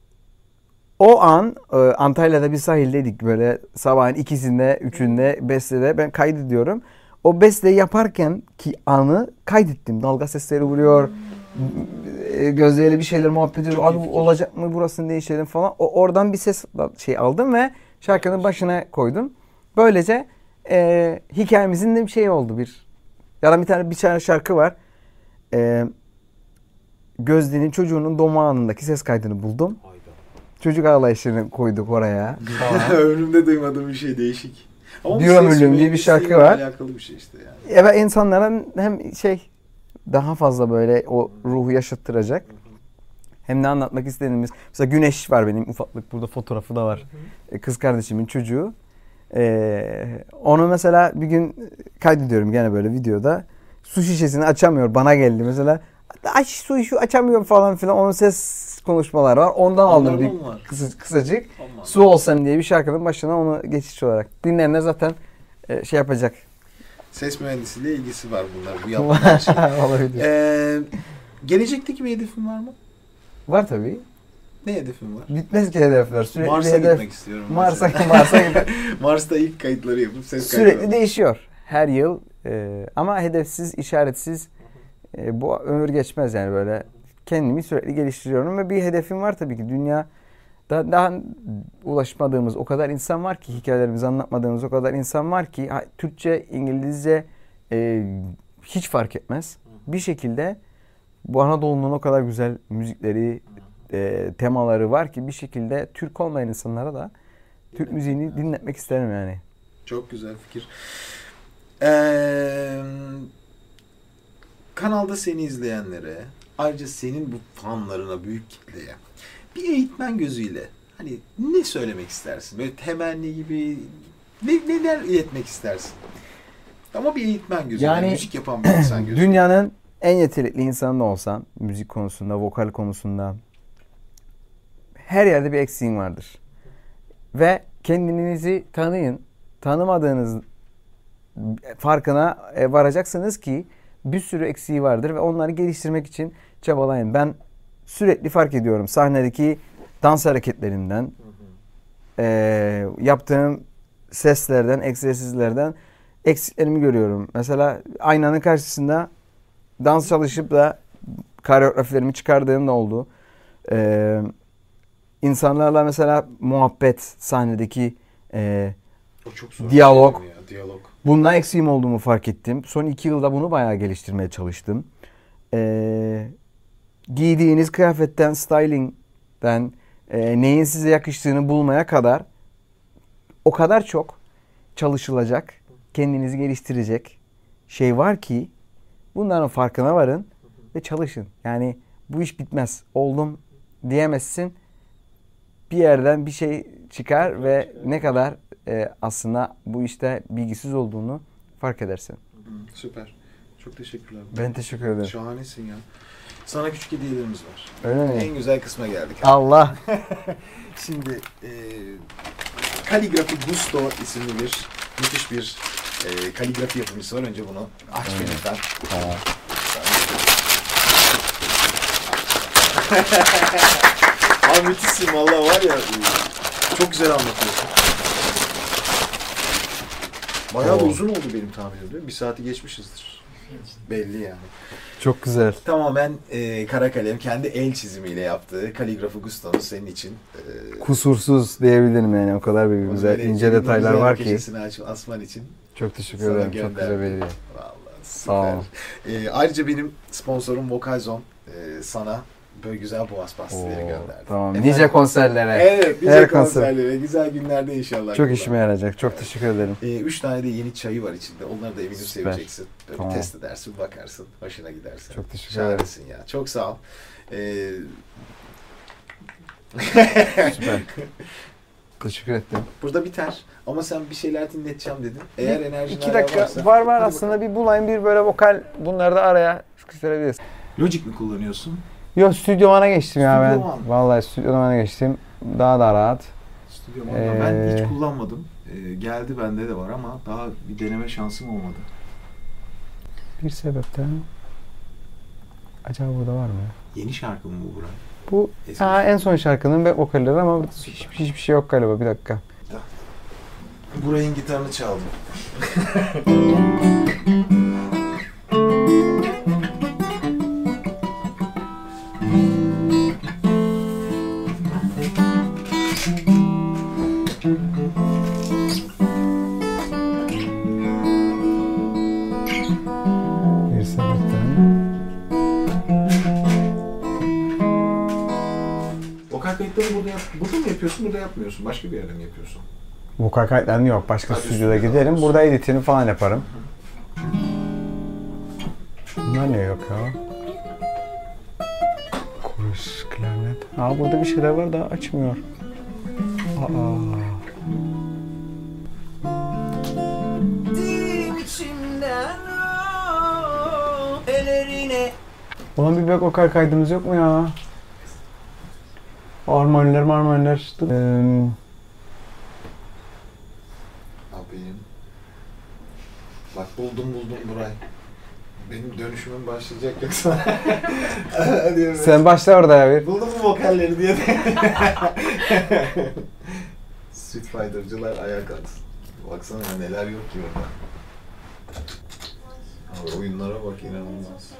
o an e, Antalya'da bir sahildeydik böyle sabahın ikisinde, üçünde, bestede ben kaydediyorum. O besteyi yaparken ki anı kaydettim. Dalga sesleri vuruyor. Hmm. Gözde ile bir şeyler muhabbet ediyor. Abi olacak mı burasını değiştirelim falan. O, oradan bir ses şey aldım ve şarkının başına koydum. Böylece e, hikayemizin de bir şey oldu bir. Ya da bir tane bir tane şarkı var. Ee, Gözde'nin çocuğunun doğma anındaki ses kaydını buldum. Hayda. Çocuk ağlayışını koyduk oraya. Ömrümde duymadığım bir şey değişik. Ama bir ömürlüğüm diye bir şarkı var. Alakalı bir şey işte yani. Evet insanlara hem şey daha fazla böyle o ruhu yaşattıracak. Hı hı. Hem de anlatmak istediğimiz. Mesela Güneş var benim ufaklık burada fotoğrafı da var. Hı hı. Kız kardeşimin çocuğu. Ee, onu mesela bir gün kaydediyorum gene böyle videoda. Su şişesini açamıyor. Bana geldi mesela. Aç su şu açamıyorum falan filan. Onun ses konuşmaları var. Ondan Onlar aldım bir kısa, kısacık. Aman. Su olsam diye bir şarkının başına onu geçiş olarak. Dinleyenler zaten e, şey yapacak. Ses mühendisiyle ilgisi var bunlar. Bu yapılan şey. Olabilir. Ee, gelecekteki bir hedefin var mı? Var tabii. Ne hedefin var? Bitmez ki hedefler. Sürekli Mars'a hedef... gitmek istiyorum. Mars'a Mars'a gitmek. Mars'ta ilk kayıtları yapıp ses Sürekli kayıtları. Sürekli değişiyor. Her yıl. Ee, ama hedefsiz, işaretsiz e, bu ömür geçmez yani böyle. Kendimi sürekli geliştiriyorum ve bir hedefim var tabii ki. Dünya daha, daha ulaşmadığımız o kadar insan var ki, hikayelerimizi anlatmadığımız o kadar insan var ki Türkçe, İngilizce e, hiç fark etmez. Bir şekilde bu Anadolu'nun o kadar güzel müzikleri, e, temaları var ki bir şekilde Türk olmayan insanlara da Türk müziğini dinletmek isterim yani. Çok güzel fikir. Ee, kanalda seni izleyenlere, ayrıca senin bu fanlarına, büyük kitleye bir eğitmen gözüyle hani ne söylemek istersin? Böyle temenni gibi ne, neler iletmek istersin? Ama bir eğitmen gözüyle, Yani müzik yapan bir insan gözüyle. Dünyanın en yetenekli insanı olsan, müzik konusunda, vokal konusunda her yerde bir eksiğin vardır. Ve kendinizi tanıyın. Tanımadığınız farkına varacaksınız ki bir sürü eksiği vardır ve onları geliştirmek için çabalayın. Ben sürekli fark ediyorum sahnedeki dans hareketlerimden, e, yaptığım seslerden, egzersizlerden eksiklerimi görüyorum. Mesela aynanın karşısında dans çalışıp da koreografilerimi çıkardığım da oldu. Ee, insanlarla mesela muhabbet, sahnedeki e, O çok zor diyalog. bir şey ya, diyalog. Bundan eksiğim olduğumu fark ettim. Son iki yılda bunu bayağı geliştirmeye çalıştım. Ee, giydiğiniz kıyafetten, stylingden, e, neyin size yakıştığını bulmaya kadar o kadar çok çalışılacak, kendinizi geliştirecek şey var ki bunların farkına varın ve çalışın. Yani bu iş bitmez. Oldum diyemezsin. Bir yerden bir şey çıkar ve ne kadar e, aslında bu işte bilgisiz olduğunu fark edersin. Süper. Çok teşekkürler. Ben teşekkür ederim. Şahanesin ya. Sana küçük hediyelerimiz var. Öyle mi? En güzel kısma geldik. Allah. Şimdi e, Kaligrafi Gusto isimli bir müthiş bir e, kaligrafi yapımcısı var. Önce bunu aç Evet. benimden. Tamam. Abi müthişsin vallahi var ya. Çok güzel anlatıyorsun. Bayağı da Oo. uzun oldu benim tahminimde. Bir saati geçmişizdir. Belli yani. Çok güzel. Tamamen e, kara kalem kendi el çizimiyle yaptığı Kaligrafi Gusto'nun senin için e, Kusursuz diyebilirim yani. O kadar bir güzel, böyle ince elinin detaylar güzel var ki. köşesini aç, asman için. Çok teşekkür Sana ederim. Çok gönderdim. güzel bir hediye. Vallahi Sağ süper. ol. E, ayrıca benim sponsorum Vokalzone e, sana böyle güzel boğaz pastaları Oo, gönderdi. tamam. Efendim? Nice konserlere. Evet, nice Her konser. konserlere, güzel günlerde inşallah. Çok kullan. işime yarayacak. Çok teşekkür ederim. E, üç tane de yeni çayı var içinde. Onları da eminim Süper. seveceksin. Böyle Tamam. test edersin, bakarsın, hoşuna gidersin. Çok teşekkür ederim. Şahanesin ya. Çok sağ ol. E, Süper. Teşekkür ettim. burada biter. Ama sen bir şeyler dinleteceğim dedin. Eğer enerjin İki hala dakika varsa. var var Hadi aslında bakalım. bir bulayım bir böyle vokal bunları da araya sıkıştırabiliriz. Logic mi kullanıyorsun? Yok Stüdyo One'a geçtim ya ben. Stüdyo One. Vallahi Stüdyo One'a geçtim. Daha da rahat. Stüdyo One'da ben Ee, hiç kullanmadım. Ee, geldi bende de var ama daha bir deneme şansım olmadı. Bir sebepten acaba burada var mı? Yeni şarkı mı bu Burak? Bu Eski ha, şarkı. en son şarkının ve vokalleri ama hiç, hiçbir şey yok galiba. Bir dakika. Burayın gitarını çaldım. Bir sebepten. Vokal kayıtları burada, yap burada mı yapıyorsun, burada yapmıyorsun? Başka bir yerde mi yapıyorsun? Vokal kayıtlarını yok. Başka Hadi stüdyoda stüdyoda giderim. olsun. Burada editini falan yaparım. Bunlar ne yok ya? Chorus, klarnet. Aa burada bir şeyler var da açmıyor. Aa. Ulan bir back vokal kaydımız yok mu ya? Harmoniler marmoniler. Ee, Abim. Bak buldum buldum Buray. Benim dönüşümüm başlayacak yoksa. Hadi sen başla orada ya bir. buldum mu vokalleri diye de. Street Fighter'cılar ayağa kalksın. Baksana neler yok ki orada. Abi oyunlara bak inanılmaz.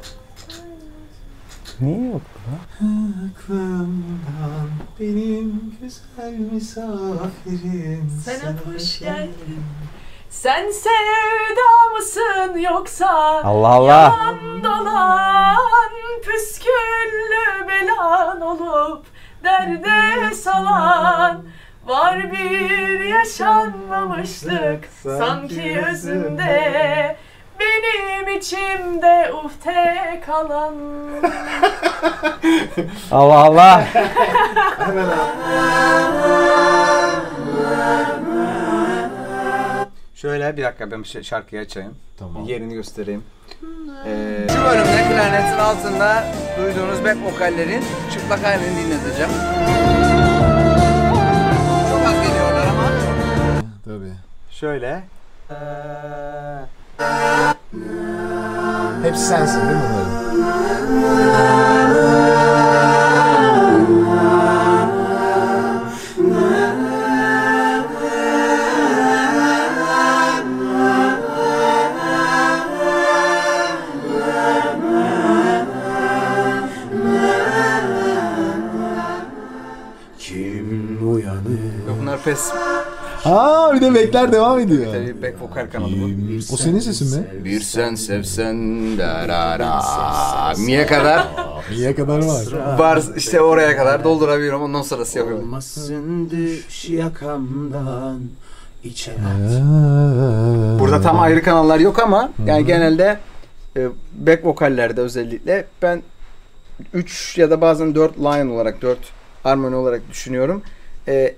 Niye yok lan? Aklımdan benim güzel misafirim. Sana hoş geldin. Sen sevda mısın yoksa Allah Allah. yalan dolan püsküllü belan olup derde salan var bir yaşanmamışlık sanki özünde benim içimde uhde kalan. Allah Allah. Hemen abi. Şöyle bir dakika ben bir şarkıyı açayım. Tamam. Yerini göstereyim. Ee, şu bölümde klarnetin altında duyduğunuz back vokallerin çıplak halini dinleteceğim. Çok az geliyorlar ama. Tabii. Şöyle. Hepsi sensin değil mi bunların? Kim uyanır? Bunlar pes. Ha bir de bekler devam ediyor. Tabii back vokal kanalı bu. O senin sesin mi? Bir sen sevsen da ra ra. Mi'ye kadar Niye kadar var? var işte oraya kadar doldurabiliyorum. Ondan sonrası yapıyorum. Olmasın düş yakamdan içe at. Burada tam ayrı kanallar yok ama yani genelde e, back vokallerde özellikle ben üç ya da bazen dört line olarak, dört harmoni olarak düşünüyorum. E,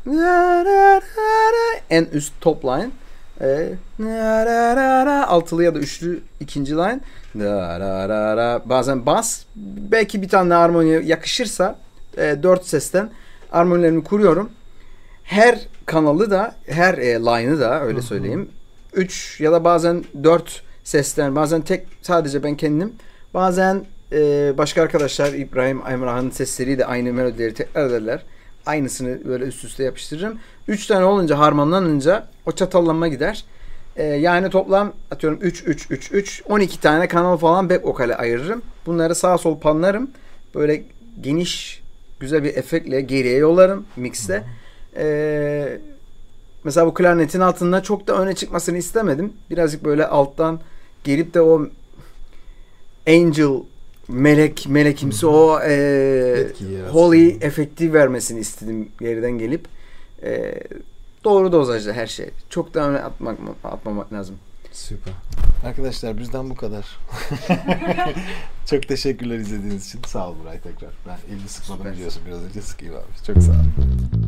en üst top line, e, altılı ya da üçlü ikinci line, bazen bas, belki bir tane harmoniye yakışırsa e, dört sesten harmonilerimi kuruyorum. Her kanalı da, her e, line'ı da öyle söyleyeyim. üç ya da bazen dört sesten, bazen tek sadece ben kendim, bazen e, başka arkadaşlar İbrahim Emrah'ın sesleri de aynı melodileri tekrar ederler. Aynısını böyle üst üste yapıştırırım. üç tane olunca, harmanlanınca o çatallanma gider. E, yani toplam atıyorum üç üç üç üç on iki tane kanal falan back vokale ayırırım. Bunları sağa sol panlarım. Böyle geniş güzel bir efektle geriye yollarım mixte. Ee, mesela bu klarnetin altında çok da öne çıkmasını istemedim. Birazcık böyle alttan gelip de o angel, melek, melekimsi o e, holy efekti vermesini istedim geriden gelip. E, doğru dozajda her şey. Çok da öne atmak, atmamak lazım. Süper. Arkadaşlar bizden bu kadar. Çok teşekkürler izlediğiniz için. Sağ ol Buray tekrar. Ben elini sıkmadım biliyorsun. Biraz önce sıkayım abi. Çok sağ ol.